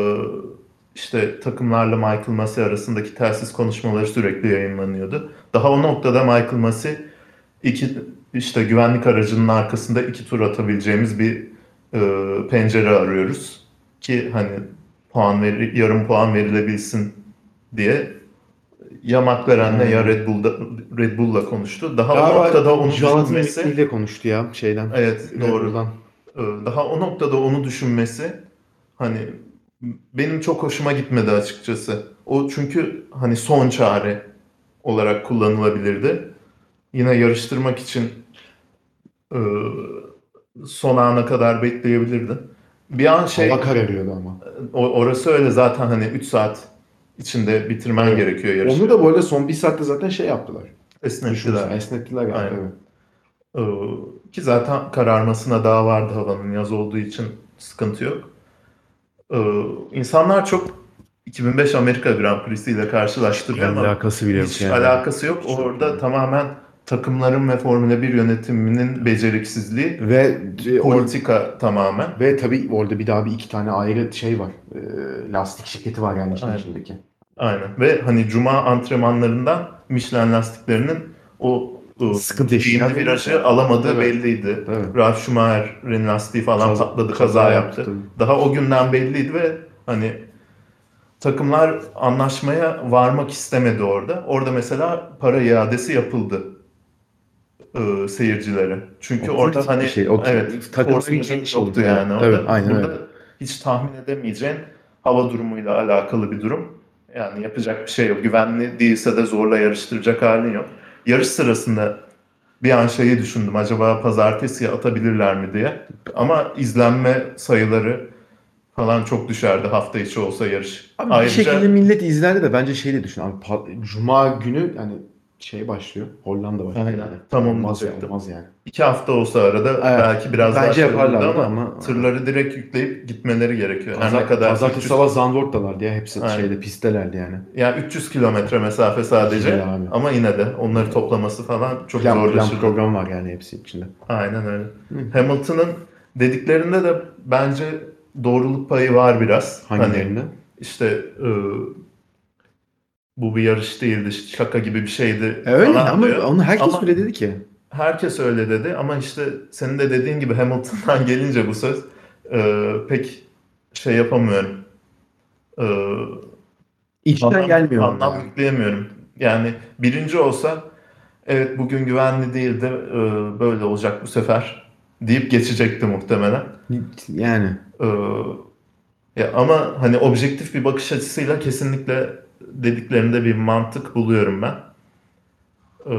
S2: işte takımlarla Michael Masi arasındaki telsiz konuşmaları sürekli yayınlanıyordu. Daha o noktada Michael Masi iki işte güvenlik aracının arkasında 2 tur atabileceğimiz bir pencere arıyoruz ki hani yarım puan verilebilsin diye ya McLaren'le ya
S1: Yani
S2: Red Bull'la konuştu. Daha o
S1: galiba
S2: noktada onu
S1: Jonathan
S2: düşünmesi.
S1: Whitney ile konuştu ya şeyden.
S2: Evet,
S1: Red
S2: doğru.
S1: Bull'dan.
S2: Daha o noktada onu düşünmesi hani benim çok hoşuma gitmedi açıkçası. O çünkü hani son çare olarak kullanılabilirdi. Yine yarıştırmak için e, son ana kadar bekleyebilirdi. Bir an
S1: Hava kararıyordu ama.
S2: orası öyle zaten, hani 3 saat içinde bitirmen
S1: Evet.
S2: gerekiyor
S1: Onu
S2: yarışı.
S1: da bu arada son bir saatte zaten şey yaptılar. Düşünürsen
S2: Esnettiler.
S1: esnettiler yani
S2: Aynen.
S1: tabii.
S2: Ki zaten kararmasına daha vardı, havanın yaz olduğu için sıkıntı yok. İnsanlar çok 2005 Amerika Grand Prix'si ile karşılaştırıyor ama
S1: Alakası bile yok
S2: hiç
S1: yani.
S2: alakası yok.
S1: Hiç yok
S2: Orada
S1: yani.
S2: tamamen takımların ve Formula 1 yönetiminin beceriksizliği,
S1: Ve
S2: politika tamamen.
S1: tabii orada bir daha bir iki tane ayrı şey var. Lastik şirketi var yani işin
S2: Aynen.
S1: içindeki.
S2: Aynen. Ve hani Cuma antrenmanlarından Michelin lastiklerinin o
S1: Sıkıntı yaşayacağız
S2: eğimli
S1: belli
S2: virajı
S1: yani.
S2: alamadığı
S1: Tabii.
S2: belliydi.
S1: Tabii.
S2: Ralf Schumacher'in lastiği falan patladı,
S1: Kaza
S2: kaza
S1: yaptı
S2: yaptı.
S1: tabii.
S2: Daha o günden belliydi ve hani takımlar anlaşmaya varmak istemedi orada. Orada mesela para iadesi yapıldı seyircilere. Çünkü
S1: O
S2: orada
S1: politik bir
S2: hani
S1: şey. O
S2: evet,
S1: takımların
S2: force
S1: kendi
S2: majeure yoktu
S1: şeyiydi. Evet.
S2: yani
S1: Tabii.
S2: orada.
S1: Aynen
S2: Burada
S1: öyle.
S2: hiç tahmin edemeyeceğin hava durumuyla alakalı bir durum. Yani yapacak bir şey yok. Güvenli değilse de zorla yarıştıracak halin yok. Yarış sırasında bir an şeyi düşündüm. Acaba pazartesiye atabilirler mi diye. Ama izlenme sayıları falan çok düşerdi hafta içi olsa yarış.
S1: Abi bir şekilde
S2: Ayrıca
S1: millet izlerdi de bence şey de düşün. Abi, Cuma günü yani Şey başlıyor. Hollanda başlıyor
S2: Aynen.
S1: yani.
S2: Tam onu
S1: Olmaz ya,
S2: diyecektim.
S1: olmaz yani.
S2: 2 hafta olsa arada
S1: Evet.
S2: belki biraz daha
S1: Bence
S2: şey olurdu
S1: yaparlardı
S2: ama
S1: ama
S2: tırları direkt yükleyip gitmeleri gerekiyor. Her ne kadar
S1: Pazartesi
S2: 300,
S1: sabah Zandvoort'talardı ya. Hepsi
S2: aynen.
S1: şeyde pisttelerdi yani.
S2: Yani 300 kilometre mesafe
S1: Değil
S2: sadece
S1: abi.
S2: ama yine de onları toplaması falan çok
S1: Plan
S2: zorlaşırdı.
S1: program var yani hepsi içinde.
S2: Aynen öyle.
S1: Hı.
S2: Hamilton'ın dediklerinde de bence doğruluk payı var biraz. Hani
S1: Hangilerinde?
S2: işte bu bir yarış değildi, işte şaka gibi bir şeydi
S1: Öyle
S2: falan
S1: ama
S2: diyor.
S1: onu herkes
S2: Ama
S1: öyle dedi ki.
S2: herkes öyle dedi ama işte senin de dediğin gibi Hamilton'dan gelince bu söz pek şey yapamıyorum. E,
S1: İçten gelmiyor onun
S2: anlam
S1: ya.
S2: yükleyemiyorum. Yani birinci olsa evet bugün güvenli değildi, böyle olacak bu sefer deyip geçecekti muhtemelen.
S1: Yani
S2: E, Ya ama hani objektif bir bakış açısıyla kesinlikle dediklerinde bir mantık buluyorum ben. E,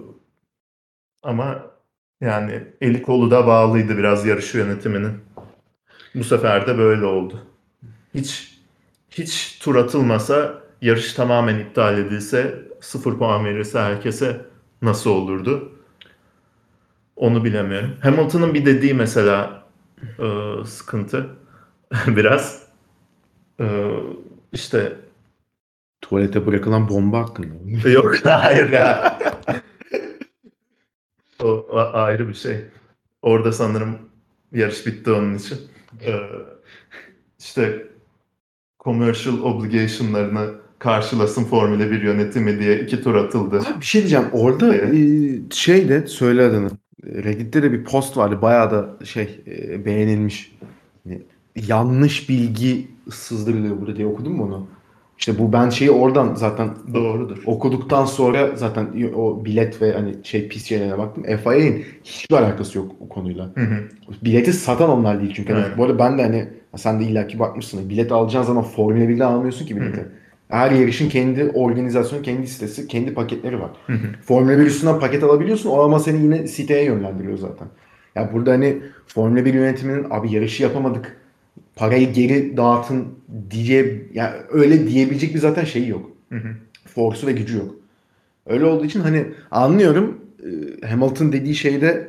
S2: Ama yani eli kolu da bağlıydı biraz yarış yönetiminin. Bu sefer de böyle oldu. Hiç hiç tur atılmasa, yarış tamamen iptal edilse, 0 puan verirse herkese nasıl olurdu? Onu bilemiyorum. Hamilton'ın bir dediği mesela sıkıntı biraz. E, işte
S1: tuvalete bırakılan bomba hakkında.
S2: yok hayır ya. O ayrı bir şey. Orada sanırım yarış bitti onun için. E, işte commercial obligation'larını karşılasın Formula 1 yönetimi diye 2 tur atıldı
S1: Abi bir şey diyeceğim. Orada
S2: diye.
S1: şey de söyle adını. Reddit'te de bir post vardı. Bayağı da şey beğenilmiş. Yani yanlış bilgi sızdırılıyor burada diye okudun mu onu? İşte bu ben şeyi oradan zaten
S2: Doğrudur.
S1: okuduktan sonra zaten o bilet ve hani şey pis şeylerine baktım. FIA'nin hiçbir alakası yok o konuyla.
S2: Hı hı.
S1: Bileti satan onlar değil çünkü. Hani bu
S2: Aynen.
S1: arada ben de hani sen de illaki bakmışsın. Bilet alacağın zaman Formula 1'de almıyorsun ki
S2: Hı
S1: bileti.
S2: hı.
S1: Her yarışın kendi organizasyonu, kendi sitesi, kendi paketleri var.
S2: Hı hı.
S1: Formula 1 üstünden paket alabiliyorsun. O ama seni yine siteye yönlendiriyor zaten. Ya burada hani Formula 1 yönetiminin abi yarışı yapamadık. Parayı geri dağıtın diye ya öyle diyebilecek bir zaten şeyi yok.
S2: Hı hı.
S1: Force'u ve gücü yok. Öyle olduğu için hani anlıyorum. Hamilton dediği şeyde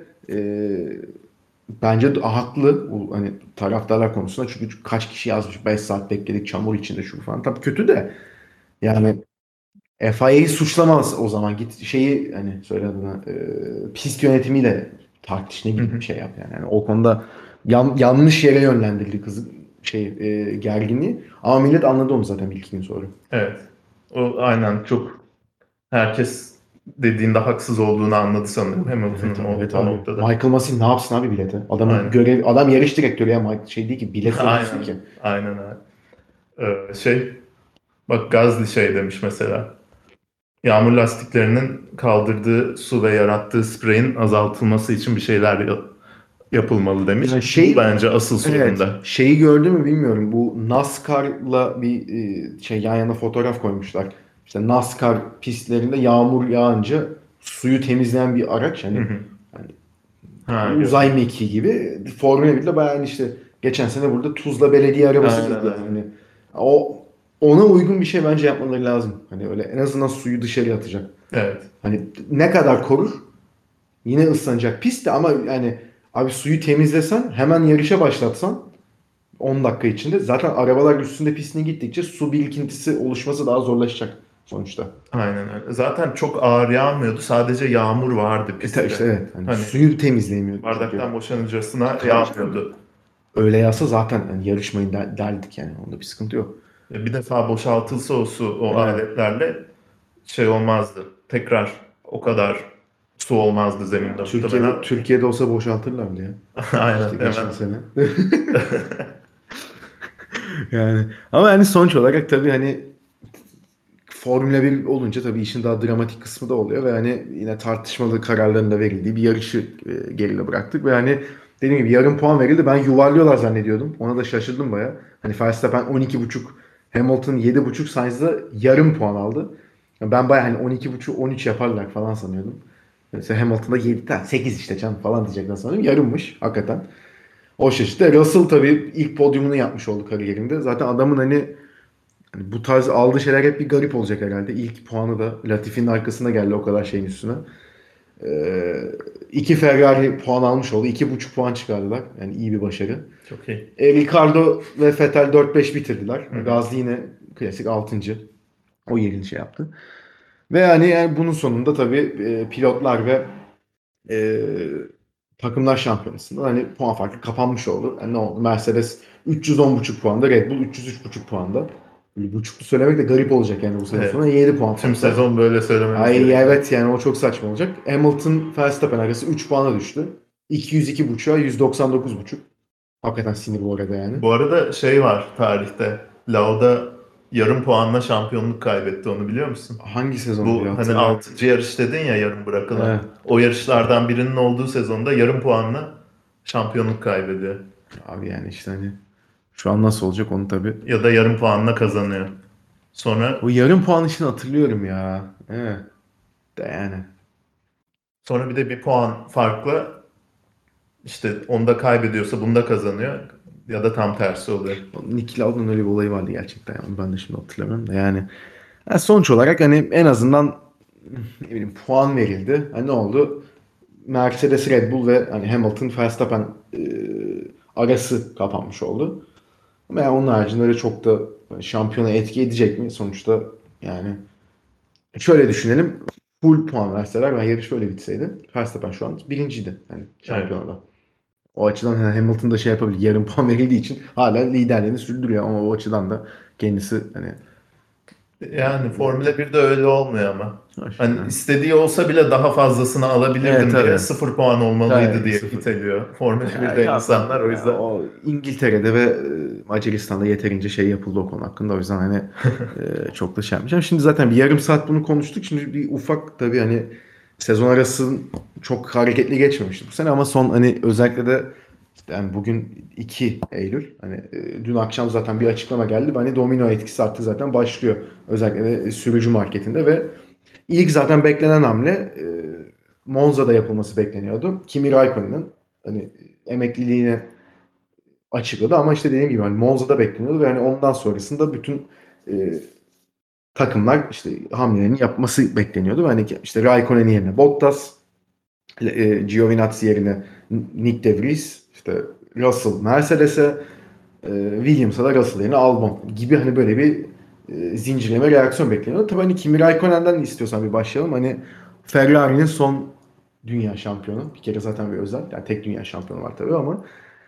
S1: bence haklı bu hani taraftarlar konusunda çünkü kaç kişi yazmış 5 saat bekledik çamur içinde şu falan. Tabii kötü de yani FIA'yı suçlamaz o zaman git şeyi hani söyle adına pist yönetimiyle tartış ne
S2: Hı
S1: bileyim
S2: hı.
S1: şey yap yani. O konuda yanlış yere yönlendirildi kızın şey gerginliği ama millet anladı onu zaten bir iki gün sonra.
S2: Evet. O aynen çok herkes dediğinde haksız olduğunu anladı sanırım
S1: Evet,
S2: Hamilton'ın
S1: evet
S2: o
S1: abi.
S2: noktada.
S1: Michael Masi ne yapsın abi bilete? Adamın
S2: Aynen.
S1: görev adam yarış direktörü ya şey değil ki bilet sorumlusu değil
S2: Aynen.
S1: ki.
S2: Aynen öyle. Şey bak Gazli şey demiş mesela. Yağmur lastiklerinin kaldırdığı su ve yarattığı spreyin azaltılması için bir şeyler yapılmalı
S1: Yani
S2: demiş. Bu
S1: şey
S2: bence asıl sorun
S1: evet
S2: da.
S1: şeyi gördün mü bilmiyorum. Bu NASCAR'la bir şey yan yana fotoğraf koymuşlar. İşte NASCAR pistlerinde yağmur yağınca suyu temizleyen bir araç.
S2: Hı
S1: Hani,
S2: hı.
S1: hani
S2: Ha
S1: uzay
S2: gördüm.
S1: mekiği gibi. Formula 1'de bayağı hani işte geçen sene burada Tuzla Belediye arabası
S2: Aynen
S1: girdi yani.
S2: aynen.
S1: Hani o ona uygun bir şey bence yapmaları lazım. Hani öyle en azından suyu dışarı atacak.
S2: Evet.
S1: Hani ne kadar korur? Yine ıslanacak pist de ama yani abi suyu temizlesen hemen yarışa başlatsan 10 dakika içinde zaten arabalar üstünde pistine gittikçe su birikintisi oluşması daha zorlaşacak sonuçta.
S2: Aynen öyle. Zaten çok ağır yağmıyordu. Sadece yağmur vardı
S1: İşte
S2: pistte.
S1: evet hani
S2: Hani
S1: suyu temizleyemiyor çünkü.
S2: bardaktan boşanırcasına
S1: Tabii canım.
S2: yağmıyordu.
S1: Öyle yağsa zaten hani yarışmayın derdik yani onda bir sıkıntı yok.
S2: Bir defa boşaltılsa o su o
S1: Evet.
S2: aletlerle şey olmazdı. Tekrar o kadar su olmazdı zeminde muhtemelen.
S1: Türkiye'de olsa boşaltırlardı ya. İşte
S2: Aynen hemen.
S1: geçen sene. Yani ama yani sonuç olarak tabii hani Formula 1 olunca tabii işin daha dramatik kısmı da oluyor ve hani yine tartışmalı kararların da verildiği bir yarışı geride bıraktık ve hani dediğim gibi yarım puan verildi. Ben yuvarlıyorlar zannediyordum. Ona da şaşırdım baya. Hani Verstappen 12,5, Hamilton 7,5 Sainz'da yarım puan aldı. Ben baya hani 12,5 13 yaparlar falan sanıyordum. Mesela Hamilton'da 7 tane 8 işte canım falan diyecekler sanırım. Yarımmış hakikaten. O şaşırttı. Russell tabii ilk podyumunu yapmış oldu kariyerinde. Zaten adamın hani Hani bu tarz aldığı şeyler hep bir garip olacak herhalde. İlk puanı da Latifi'nin arkasına geldi o kadar şeyin üstüne. İki Ferrari puan almış oldu. 2,5 puan çıkardılar. Yani iyi bir başarı.
S2: Çok iyi.
S1: Ricardo ve Vettel 4-5 bitirdiler.
S2: Hı hı.
S1: Gasly yine klasik 6. O yerini şey yaptı. Ve yani bunun sonunda tabii pilotlar ve e, takımlar şampiyonasında hani puan farkı kapanmış oldu. Yani ne oldu? Mercedes 310,5 puanda, Red Bull 303,5 puanda. Bir buçuklu söylemek de garip olacak yani bu sezon
S2: Evet.
S1: sonra. 7 puan
S2: Tüm
S1: fark var.
S2: sezon böyle söylememiz
S1: Ay
S2: gerekiyor.
S1: evet yani o çok saçma olacak. Hamilton Verstappen arası 3 puana düştü. 202,5'a 199,5. Hakikaten sinir bu arada yani.
S2: Bu arada şey var tarihte. Lauda yarım puanla şampiyonluk kaybetti, onu biliyor musun?
S1: Hangi sezondu ya
S2: Bu hani
S1: hatırlamıyorum.
S2: 6. yarış dedin ya, yarım bırakılan.
S1: Evet.
S2: O yarışlardan birinin olduğu sezonda yarım puanla şampiyonluk kaybediyor.
S1: Abi yani işte hani şu an nasıl olacak onu tabii.
S2: Ya da yarım puanla kazanıyor. Sonra
S1: O yarım puan işini hatırlıyorum ya. Evet. De yani.
S2: sonra bir de bir puan farkla işte onda kaybediyorsa bunda kazanıyor. Ya da tam tersi oluyor.
S1: Niki Lauda'nın öyle bir olayı vardı gerçekten. Yani. Ben de şimdi hatırlamıyorum da yani. Yani sonuç olarak hani en azından ne bileyim puan verildi. Hani ne oldu? Mercedes, Red Bull ve hani Hamilton, Verstappen arası kapanmış oldu. Ama yani onun haricinde öyle çok da şampiyona etki edecek mi? Sonuçta yani şöyle düşünelim. Full puan verseler ve yarış böyle bitseydi Verstappen şu an birinciydi. Yani
S2: Evet.
S1: şampiyonada. O açıdan hani Hamilton da şey yapabilir. Yarım puan verildiği için hala liderliğini sürdürüyor ama o açıdan da kendisi hani
S2: Yani Formula 1'de öyle olmuyor ama.
S1: hoş.
S2: Hani istediği olsa bile daha fazlasını
S1: Evet
S2: alabilirdim diye
S1: tabii.
S2: 0 puan olmalıydı
S1: Tabii
S2: diye
S1: sıfır.
S2: iteliyor Formula
S1: Ya,
S2: 1'de insanlar, o
S1: ya,
S2: yüzden.
S1: o İngiltere'de ve Macaristan'da yeterince şey yapıldı o konu hakkında. O yüzden hani çok da şey yapmayacağım. Şimdi zaten bir yarım saat bunu konuştuk. Şimdi bir ufak tabii hani sezon arası çok hareketli geçmemişti bu sene ama son hani özellikle de işte yani bugün 2 Eylül. Hani dün akşam zaten bir açıklama geldi. Hani domino etkisi artık zaten başlıyor. Özellikle de sürücü marketinde ve ilk zaten beklenen hamle Monza'da yapılması bekleniyordu. Kimi Raikkonen'ın hani emekliliğini açıkladı ama işte dediğim gibi hani Monza'da bekleniyordu ve hani ondan sonrasında bütün e, takımlar işte hamlelerini yapması bekleniyordu. Ve hani işte Raikkonen yerine Bottas, Giovinazzi yerine Nick De Vries, işte Russell Mercedes'e, Williams'a da Russell yerine Albon gibi hani böyle bir zincirleme reaksiyon bekleniyor. Tabii hani Kimi Raikkonen'den istiyorsan bir başlayalım. Hani Ferrari'nin son dünya şampiyonu. Bir kere zaten bir özel. Yani tek dünya şampiyonu var tabii ama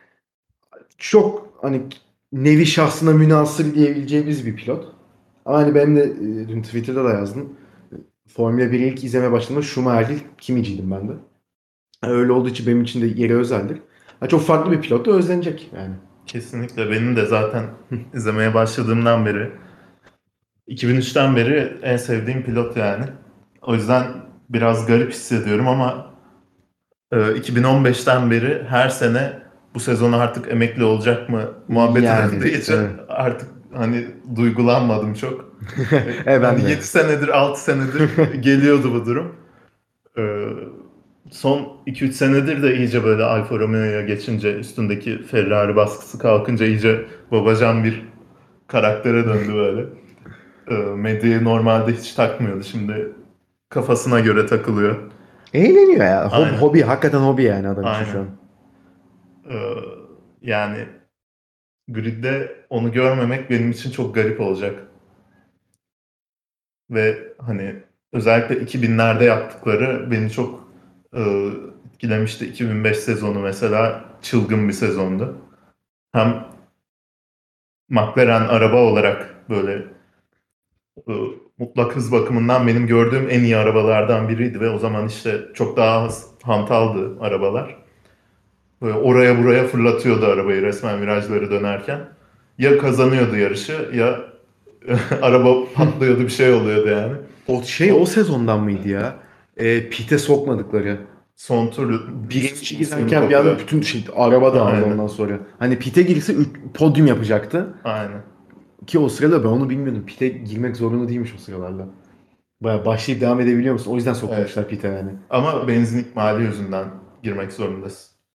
S1: çok hani nevi şahsına münhasır diyebileceğimiz bir pilot. Ama hani ben de dün Twitter'da da yazdım. Formula 1'i ilk izlemeye başladığımda Schumacher değil Kimiciydim ben de. Yani öyle olduğu için benim için de yeri özeldir. Ha, çok farklı bir pilot da özlenecek yani.
S2: Kesinlikle, benim de zaten izlemeye başladığımdan beri, 2003'ten beri en sevdiğim pilot yani. O yüzden biraz garip hissediyorum ama 2015'ten beri her sene bu sezon artık emekli olacak mı muhabbeti döndüğü
S1: Yani
S2: için
S1: evet.
S2: artık hani duygulanmadım çok.
S1: Ben
S2: Hani
S1: de.
S2: 7 senedir 6 senedir geliyordu bu durum. E, Son 2-3 senedir de iyice böyle Alfa Romeo'ya geçince, üstündeki Ferrari baskısı kalkınca iyice babacan bir karaktere döndü böyle. Medyayı normalde hiç takmıyordu, şimdi kafasına göre takılıyor.
S1: Eğleniyor ya. Hobi,
S2: Aynen,
S1: hobi. Hakikaten hobi yani adam için şu
S2: aynen.
S1: an.
S2: Ee, Yani gridde onu görmemek benim için çok garip olacak. Ve hani özellikle 2000'lerde yaptıkları beni çok etkilemişti. 2005 sezonu mesela çılgın bir sezondu. Hem McLaren araba olarak böyle e, mutlak hız bakımından benim gördüğüm en iyi arabalardan biriydi ve o zaman işte çok daha hantaldı arabalar. Böyle oraya buraya fırlatıyordu arabayı resmen virajları dönerken. Ya kazanıyordu yarışı ya araba patlıyordu, bir şey oluyordu yani.
S1: O şey o
S2: O
S1: sezondan mıydı ya? Pite sokmadıkları.
S2: son tur
S1: Birinci
S2: ismini
S1: giderken bir anda
S2: kopuyor.
S1: bütün şey, araba dağıldı
S2: Aynen.
S1: ondan sonra. Hani pite girse podyum yapacaktı.
S2: Aynen.
S1: Ki o sırada ben onu bilmiyordum. Pite girmek zorunda değilmiş o sıralarla. Baya başlayıp devam edebiliyor musun? O yüzden
S2: Evet.
S1: sokmamışlar pite yani.
S2: Ama benzin ikmali yüzünden girmek zorundasın.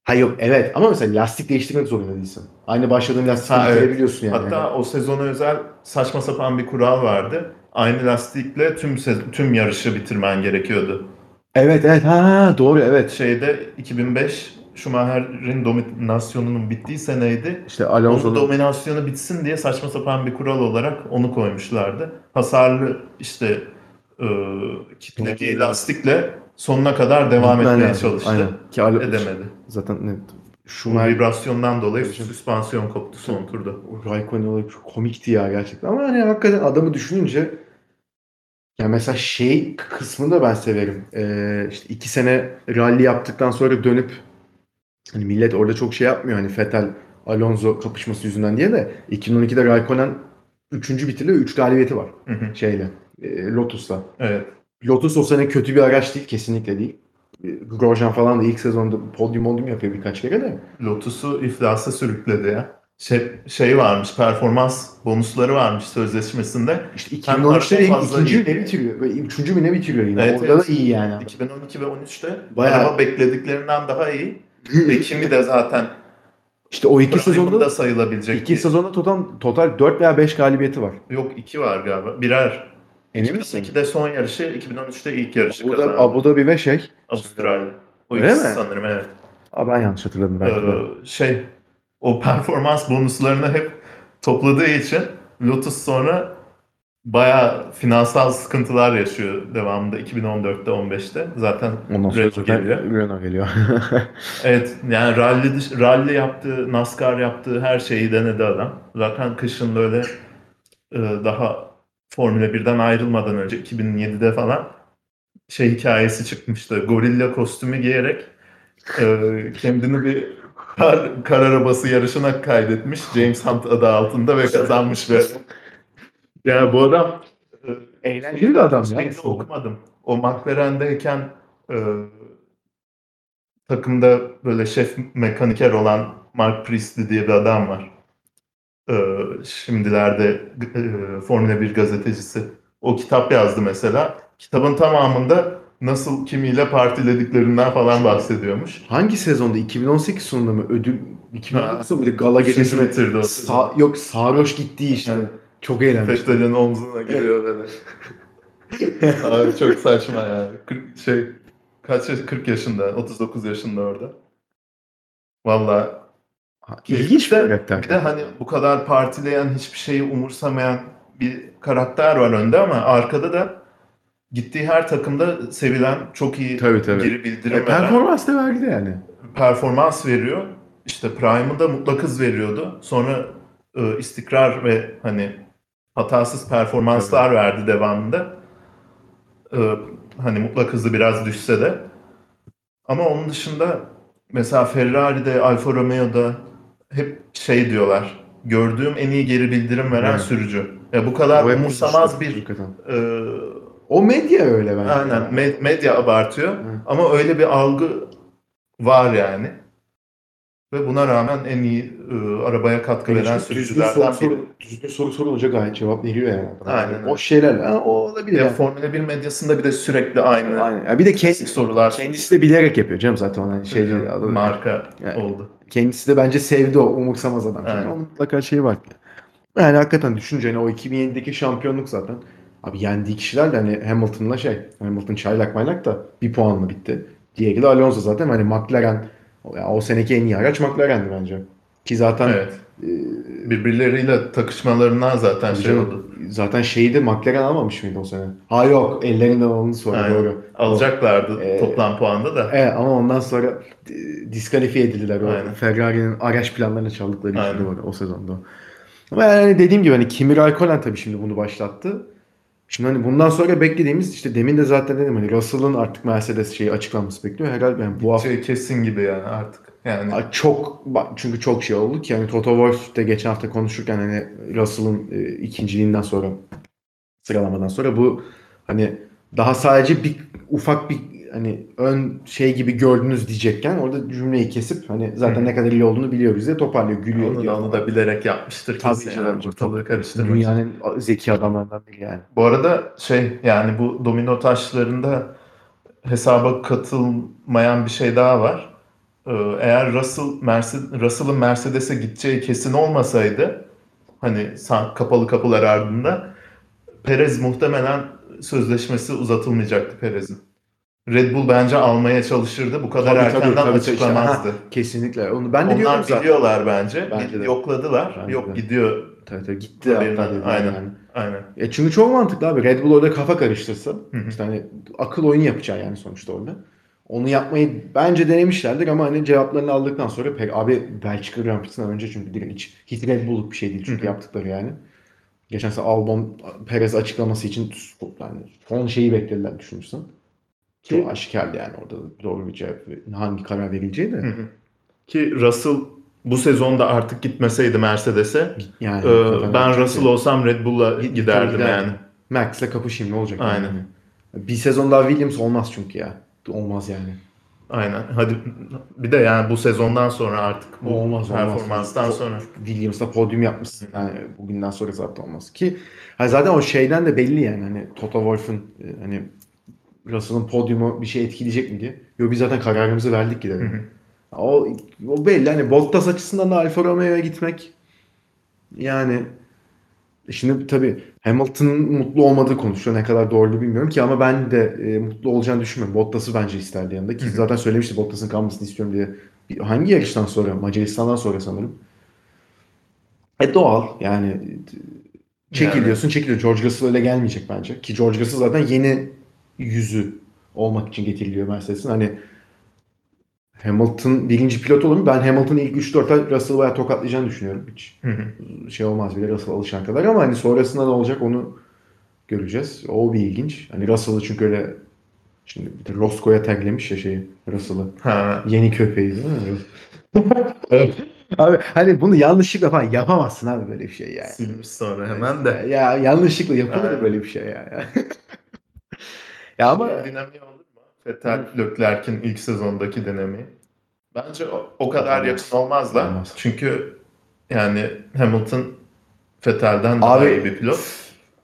S1: Ha yok evet ama mesela lastik değiştirmek zorunda değilsin. Aynı başladığın lastikle
S2: Ha evet.
S1: bitirebiliyorsun yani. Hani
S2: Hatta o sezona özel saçma sapan bir kural vardı. Aynı lastikle tüm yarışı bitirmen gerekiyordu.
S1: evet evet ha doğru evet.
S2: Şeyde 2005 Schumacher'in dominasyonunun bittiği seneydi.
S1: İşte
S2: Onun
S1: Alonso'nun
S2: dominasyonu bitsin diye saçma sapan bir kural olarak onu koymuşlardı. Hasarlı işte e, kitleli lastikle sonuna kadar devam
S1: gitmen
S2: etmeye
S1: lazım. Aynen.
S2: çalıştı.
S1: Ki
S2: Edemedi.
S1: zaten ne,
S2: O
S1: Schumacher
S2: vibrasyondan dolayı
S1: tabii canım.
S2: süspansiyon koptu son turda.
S1: O Raikkonen olayı çok komikti ya gerçekten. Ama hani hakikaten adamı düşününce ya mesela şey kısmını da ben severim. İşte 2 sene rally yaptıktan sonra dönüp hani millet orada çok şey yapmıyor hani Vettel Alonso kapışması yüzünden diye de 2012'de Raikkonen üçüncü bitirdi ve 3 galibiyeti var
S2: Hı hı.
S1: şeyle Lotus'la.
S2: Evet.
S1: Lotus o sene kötü bir araç değil kesinlikle değil. Grosjean falan da ilk sezonda podyum yapıyor birkaç kere de.
S2: Lotus'u iflasa sürükledi ya. Şey varmış, performans bonusları varmış sözleşmesinde.
S1: İşte
S2: Hem araba
S1: 2013'te
S2: fazla
S1: ikinci mi
S2: iyi.
S1: ne bitiriyor? Ve üçüncü mü ne bitiriyor yine?
S2: Evet,
S1: Orada da
S2: evet.
S1: iyi yani.
S2: 2012 ve 13'te araba
S1: Bayağı
S2: beklediklerinden daha iyi. Ve Kimi de zaten
S1: işte o iki
S2: prime'ında
S1: sezonda
S2: sayılabilecek
S1: iki
S2: bir...
S1: sezonda total 4 veya 5 galibiyeti var.
S2: Yok, iki var galiba. Birer.
S1: Emin misin?
S2: 2012'de son yarışı, 2013'te ilk yarışı
S1: Abu Dhabi,
S2: kazandı.
S1: Abu Dhabi ve şey.
S2: Avustralya. O
S1: Öyle
S2: ikisi
S1: mi?
S2: sanırım, evet.
S1: Aa, ben yanlış hatırladım belki de.
S2: Şey, o performans bonuslarını hep topladığı için Lotus sonra bayağı finansal sıkıntılar yaşıyor devamında 2014'te 15'te. Zaten
S1: Ondan sonra
S2: Renault
S1: zaten
S2: geliyor.
S1: Renault geliyor.
S2: Evet, yani rally yaptığı, NASCAR yaptığı her şeyi denedi adam. Zaten kışın böyle daha Formula 1'den ayrılmadan önce 2007'de falan şey hikayesi çıkmıştı. Gorilla kostümü giyerek kendini bir kar arabası yarışına kaydetmiş. James Hunt adı altında ve kazanmış böyle. Yani bu adam
S1: Eğlenceli bir adam ya
S2: şeyini
S1: aslında.
S2: okumadım. O McLaren'deyken e, takımda böyle şef mekaniker olan Mark Priestley diye bir adam var. Şimdilerde Formula 1 gazetecisi. O kitap yazdı mesela. Kitabın tamamında nasıl kimiyle partilediklerinden falan bahsediyormuş.
S1: Hangi sezonda? 2018 sonunda mı? Ödül 2019
S2: Ha,
S1: mu? Bir gala
S2: üçüncü
S1: gecesi mi?
S2: bitirdi o sezon.
S1: Yok sarhoş gittiği işte.
S2: Yani
S1: Çok eğlenmiştim.
S2: Fettel'in omzuna giriyor böyle. Abi çok saçma ya. Kaç yaş? 40 yaşında, 39 yaşında orada. Valla
S1: İlginç bir karakter.
S2: bir de hani bu kadar partileyen, hiçbir şeyi umursamayan bir karakter var önde ama arkada da gittiği her takımda sevilen, çok iyi
S1: Tabii tabii.
S2: geri bildirim veren,
S1: Performans da verdi yani.
S2: performans veriyor. İşte Prime'ı mutlak hız veriyordu. Sonra istikrar ve hani hatasız performanslar verdi devamında. E, Hani mutlak hızı biraz düşse de. Ama onun dışında mesela Ferrari'de, Alfa Romeo'da hep şey diyorlar. Gördüğüm en iyi geri bildirim veren
S1: Evet.
S2: sürücü. Ya bu
S1: O
S2: kadar
S1: hep
S2: umursamaz
S1: konuştu.
S2: bir
S1: Hakikaten.
S2: e,
S1: O medya öyle bence.
S2: aynen medya abartıyor.
S1: Hı.
S2: Ama öyle bir algı var yani. Ve buna rağmen en iyi arabaya katkı veren sürücülerden biri.
S1: Düzgün soru sorulunca gayet cevap veriyor yani adam.
S2: Aynen
S1: O
S2: öyle.
S1: şeylerle o olabilir
S2: Ya
S1: yani.
S2: Formula 1 medyasında bir de sürekli aynı
S1: Aynen. Ya bir de
S2: klasik sorular
S1: kendisi de bilerek yapıyor canım zaten. Hani şey değil,
S2: marka
S1: yani
S2: oldu.
S1: kendisi de bence sevdi o umursamaz adam. Çünkü
S2: Aynen.
S1: onun mutlaka şeyi var. Yani hakikaten düşünce hani o 2007'deki şampiyonluk zaten. Abi yendiği kişiler de hani Hamilton'la Hamilton çaylak maylak da bir puanla bitti. Diğeri de Alonso zaten hani McLaren o seneki en iyi araç McLaren'di bence. Ki zaten
S2: Evet.
S1: e,
S2: Birbirleriyle takışmalarından zaten
S1: tabii
S2: şey
S1: canım,
S2: oldu.
S1: zaten şeyi de McLaren almamış mıydı o sene? Ha yok ellerinden alındı sonra
S2: Aynen.
S1: doğru.
S2: Alacaklardı
S1: E,
S2: toplam puanda da.
S1: evet ama ondan sonra diskalifiye edildiler o
S2: Aynen.
S1: Ferrari'nin araç planlarını çaldıkları için
S2: Aynen.
S1: doğru o sezonda. Ama yani dediğim gibi hani Kimi Raikkonen tabii şimdi bunu başlattı. Şimdi hani bundan sonra beklediğimiz işte demin de zaten dedim hani Russell'ın artık Mercedes şeyi açıklanması bekliyor. Herhalde yani bu hafta
S2: Şey kesin gibi yani artık. Yani
S1: çünkü çok şey oldu ki yani Toto Wolff de geçen hafta konuşurken hani Russell'ın ikinciliğinden sonra sıralamadan sonra bu hani daha sadece bir ufak bir hani ön şey gibi gördünüz diyecekken orada cümleyi kesip hani zaten ne kadar iyi olduğunu biliyor bize toparlıyor gülüyor
S2: onu da
S1: ediyor
S2: onu
S1: falan.
S2: da bilerek yapmıştır
S1: Tabii
S2: kesin
S1: canım
S2: yani
S1: çok
S2: ortalığı karıştırmak için.
S1: dünyanın zeki adamlarından biri yani.
S2: Bu arada şey yani bu domino taşlarında hesaba katılmayan bir şey daha var. eğer Russell'ın Mercedes'e gideceği kesin olmasaydı, hani kapalı kapılar ardında, Perez muhtemelen sözleşmesi uzatılmayacaktı Perez'in. Red Bull bence almaya çalışırdı. Bu kadar erkenden
S1: Tabii, işte.
S2: açıklamazdı.
S1: Kesinlikle. Onu ben de diyordum
S2: Onlar
S1: zaten.
S2: biliyorlar bence.
S1: Bence de.
S2: Yokladılar.
S1: Bence
S2: Yok,
S1: de.
S2: gidiyor.
S1: Tabii, gitti hatta dediler
S2: Aynen.
S1: yani.
S2: Aynen.
S1: Çünkü çok mantıklı abi. Red Bull orada kafa karıştırsa,
S2: Hı hı.
S1: işte hani akıl oyunu yapacağı yani sonuçta orada. Onu yapmayı bence denemişlerdir ama hani cevaplarını aldıktan sonra pek abi Belçika Grand Prix'sinden önce, çünkü direkt hiç Red Bull'luk bir şey değil
S2: Hı
S1: çünkü
S2: hı.
S1: yaptıkları yani. Geçen sene Albon Perez açıklaması için yani son şeyi beklediler düşünürsen. Çok
S2: Ki
S1: aşikardı yani orada doğru bir cevap ve hangi karar verileceği
S2: Hı
S1: de.
S2: hı. Ki Russell bu sezonda artık gitmeseydi Mercedes'e,
S1: Yani zaten ne
S2: ben
S1: yapacak
S2: Russell
S1: ki?
S2: olsam Red Bull'la
S1: Tabii
S2: giderdim
S1: gider.
S2: yani.
S1: Max'le kapışayım ne olacak yani
S2: Aynen.
S1: hani. Bir sezon daha Williams olmaz çünkü ya. Olmaz yani.
S2: Aynen. Hadi bir de yani bu sezondan sonra, artık bu
S1: Olmaz.
S2: performanstan sonra.
S1: Williams'la podyum yapmışsın. Yani bugünden sonra zaten olmaz. Ki hani zaten o şeyden de belli yani. Hani Toto Wolff'un hani Russell'ın podyumu bir şey etkileyecek mi diye. Yo, biz zaten kararımızı verdik
S2: Hı
S1: gidelim.
S2: hı.
S1: O, o belli. Hani Bottas açısından da Alfa Romeo'ya gitmek yani şimdi tabii Hamilton'ın mutlu olmadığı konuşuyor. Ne kadar doğru bilmiyorum ki ama ben de mutlu olacağını düşünmüyorum. Bottas'ı bence isterdi yanında
S2: Hı
S1: ki
S2: hı.
S1: zaten söylemişti Bottas'ın kalmasını istiyorum diye. Hangi yarıştan sonra? Macaristan'dan sonra sanırım. Doğal yani çekil
S2: Yani
S1: diyorsun çekiliyor. George Russell öyle gelmeyecek bence. Ki George Russell zaten yeni yüzü olmak için getiriliyor Mercedes'in. Hani Hamilton birinci pilot olur mu? Ben Hamilton'ın ilk 3-4 ay Russell'ı bayağı tokatlayacağını düşünüyorum. Hiç
S2: hı hı.
S1: şey olmaz bile Russell alışana kadar ama hani sonrasında ne olacak onu göreceğiz. O bir ilginç. Hani Russell'ı çünkü öyle şimdi bir de Roscoe'ya taglemiş ya şeyi Russell'ı.
S2: Ha,
S1: Yeni köpeği değil mi? Evet. Abi hani bunu yanlışlıkla falan yapamazsın abi böyle bir şey yani.
S2: silmiş sonra hemen de.
S1: Ya yanlışlıkla yapılır
S2: Aynen.
S1: böyle bir şey ya. Ya ama
S2: Şey dinamiği olur mu? Vettel Leclerc'in ilk sezondaki dinamiği. Bence o kadar yakın
S1: olmaz.
S2: olmazlar.
S1: Olmaz.
S2: Çünkü yani Hamilton Vettel'den daha iyi
S1: Abi
S2: bir pilot.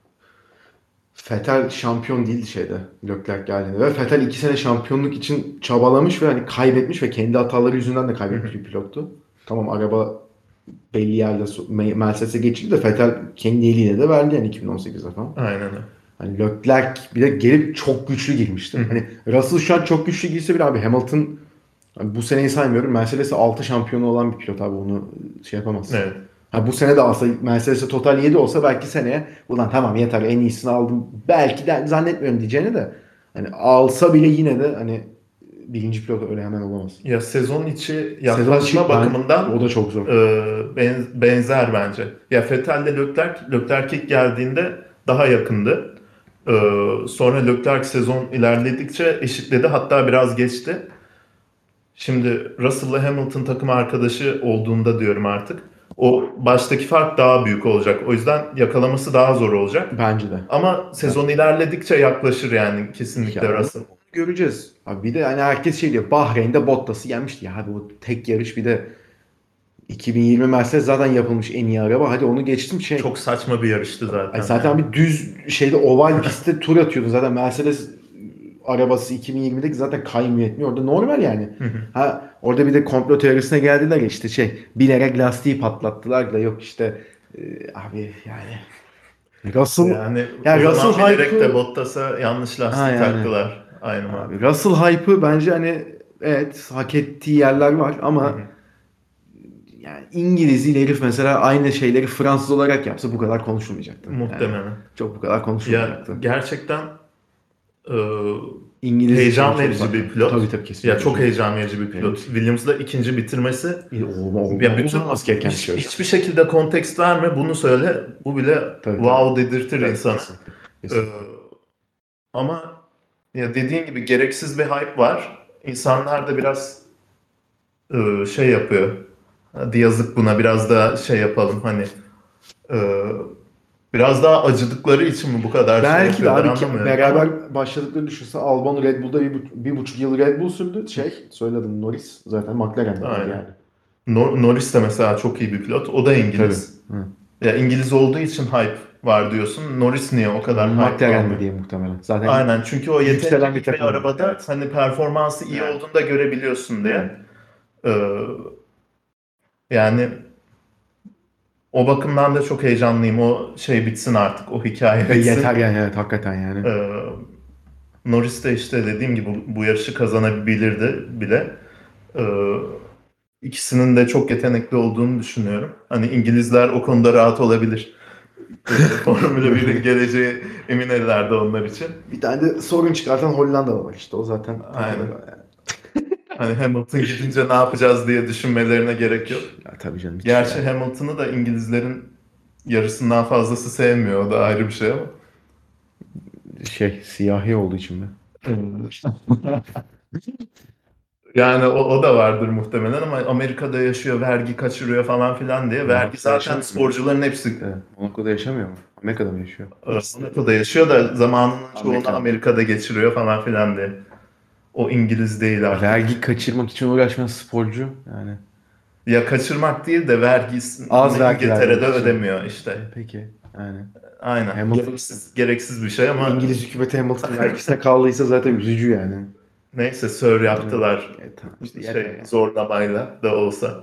S1: Vettel şampiyon değildi şeyde Leclerc geldiğinde. Ve Vettel 2 sene şampiyonluk için çabalamış ve hani kaybetmiş ve kendi hataları yüzünden de
S2: Hı
S1: kaybetmiş
S2: hı.
S1: bir pilottu. Tamam araba belli yerde Mercedes'e geçildi de Vettel kendi eliyle de verdi yani 2018'de falan.
S2: Aynen öyle.
S1: Hani Leclerc bir de gelip çok güçlü girmişti.
S2: Hı hı.
S1: Hani Russell şu an çok güçlü girse bile abi Hamilton hani bu seneyi saymıyorum. Mercedes'e 6 şampiyonu olan bir pilot abi onu şey yapamazsın.
S2: Evet.
S1: Ha bu sene de alsa Mercedes'e total 7 olsa belki seneye ulan tamam yeter en iyisini aldım. Belki de zannetmiyorum diyeceğini de hani alsa bile yine de hani birinci pilot öyle hemen olamaz.
S2: Ya sezon içi
S1: Sezon
S2: yaklaşma
S1: içi o
S2: bakımından
S1: da çok zor.
S2: benzer bence. Ya Vettel'le Leclerc ilk geldiğinde daha yakındı. Sonra Leclerc sezon ilerledikçe eşitledi, hatta biraz geçti. Şimdi Russell'la Hamilton takım arkadaşı olduğunda diyorum artık. O baştaki fark daha büyük olacak. O yüzden yakalaması daha zor olacak.
S1: Bence de.
S2: Ama sezon
S1: Bence de.
S2: ilerledikçe yaklaşır yani kesinlikle
S1: Ya onu
S2: Russell.
S1: göreceğiz. Abi bir de hani herkes şey diyor Bahreyn'de Bottas'ı yenmişti. Ya hadi bu tek yarış bir de 2020 Mercedes zaten yapılmış en iyi araba. Hadi onu geçtim şey.
S2: Çok saçma bir yarıştı
S1: Ay
S2: zaten
S1: zaten
S2: yani.
S1: bir düz şeyde oval pistte tur atıyordun. Zaten Mercedes arabası 2020'deki zaten kaymıyor etmiyor. Orada normal yani. Ha orada bir de komplo teorisine geldiler ya işte şey bilerek lastiği patlattılar da yok işte abi yani Russell
S2: Yani
S1: ya
S2: o
S1: Russell
S2: zaman bilerek de
S1: hype'ı
S2: Bottas'a yanlış
S1: ha
S2: lastik
S1: yani
S2: taktılar. Aynı
S1: abi
S2: mantık.
S1: Russell hype'ı bence hani evet hak ettiği yerler var ama yani İngiliz herif mesela aynı şeyleri Fransız olarak yapsa bu kadar konuşulmayacaktı. Yani
S2: Muhtemelen.
S1: çok bu kadar
S2: Ya
S1: konuşulmayacaktı.
S2: gerçekten e,
S1: İngiliz şeyi
S2: heyecan
S1: çok
S2: verici
S1: farklı.
S2: bir pilot.
S1: Tabii
S2: Ya
S1: kesinlikle
S2: çok
S1: çok.
S2: heyecan verici bir
S1: Benim
S2: pilot. Williams'da ikinci bitirmesi, ya bütün
S1: olmaması gereken bir şey hocam.
S2: hiçbir şekilde kontekst verme, bunu söyle. Bu bile
S1: Tabii.
S2: wow dedirtir
S1: Tabii
S2: insana.
S1: kesinlikle.
S2: E,
S1: Kesinlikle.
S2: ama ya dediğin gibi gereksiz bir hype var. İnsanlar da biraz şey yapıyor. Hadi yazık buna, biraz daha şey yapalım hani, e, biraz daha acıdıkları için mi bu kadar şey
S1: Belki de
S2: yapıyorlar
S1: abi
S2: anlamıyorum ama
S1: beraber başladıkları düşünse Albon Red Bull'da bir buçuk yıl Red Bull sürdü. Şey söyledim Norris zaten McLaren'de var
S2: aynen.
S1: yani.
S2: Norris de mesela çok iyi bir pilot. O da
S1: Tabii.
S2: İngiliz.
S1: Hı.
S2: Ya İngiliz olduğu için hype var diyorsun. Norris niye o kadar hype
S1: McLaren'de
S2: almıyor?
S1: diye muhtemelen. Zaten
S2: Aynen, çünkü o
S1: yükselen bir
S2: yetenekli bir
S1: takım.
S2: arabada
S1: Evet.
S2: hani performansı iyi
S1: Yani.
S2: olduğunu da görebiliyorsun
S1: Evet.
S2: diye. Ee, Yani o bakımdan da çok heyecanlıyım. O şey bitsin artık. O hikaye
S1: Yeter
S2: bitsin.
S1: yani, evet, hakikaten yani.
S2: Ee, Norris de işte dediğim gibi bu yarışı kazanabilirdi bile. Ee, İkisinin de çok yetenekli olduğunu düşünüyorum. Hani İngilizler o konuda rahat olabilir. Formula 1'in geleceği emin ellerde onlar için.
S1: Bir tane de sorun çıkartan Hollandalı var işte. O zaten tepede
S2: Aynen.
S1: yani.
S2: Hani Hamilton gidince ne yapacağız diye düşünmelerine gerek yok.
S1: Ya tabii canım, hiç
S2: Gerçi
S1: yani.
S2: Hamilton'ı da İngilizlerin yarısından fazlası sevmiyor. O da ayrı bir şey ama.
S1: Siyahi olduğu için mi?
S2: Yani o da vardır muhtemelen ama Amerika'da yaşıyor, vergi kaçırıyor falan filan diye. Vergi
S1: Monaco'da
S2: zaten
S1: yaşamıyor mu?
S2: sporcuların hepsi
S1: Evet. Monaco'da yaşamıyor mu? Amerika'da mı yaşıyor?
S2: Monaco'da yaşıyor da zamanının çoğunu
S1: Amerika'da.
S2: Amerika'da geçiriyor falan filan diye. O İngiliz değil artık.
S1: Vergi kaçırmak için uğraşmayan sporcu yani.
S2: Ya kaçırmak değil de
S1: Az
S2: vergisini
S1: vergi
S2: İngiltere'de
S1: vermek için.
S2: ödemiyor işte.
S1: Peki. Yani.
S2: Aynen.
S1: Hamilton,
S2: Gereksiz bir şey ama
S1: İngiliz hükümeti Hamilton vergisine kaldıysa zaten üzücü yani.
S2: neyse Sir
S1: Evet.
S2: yaptılar.
S1: Tamam işte, yeter
S2: Şey
S1: yani.
S2: zorlamayla da olsa.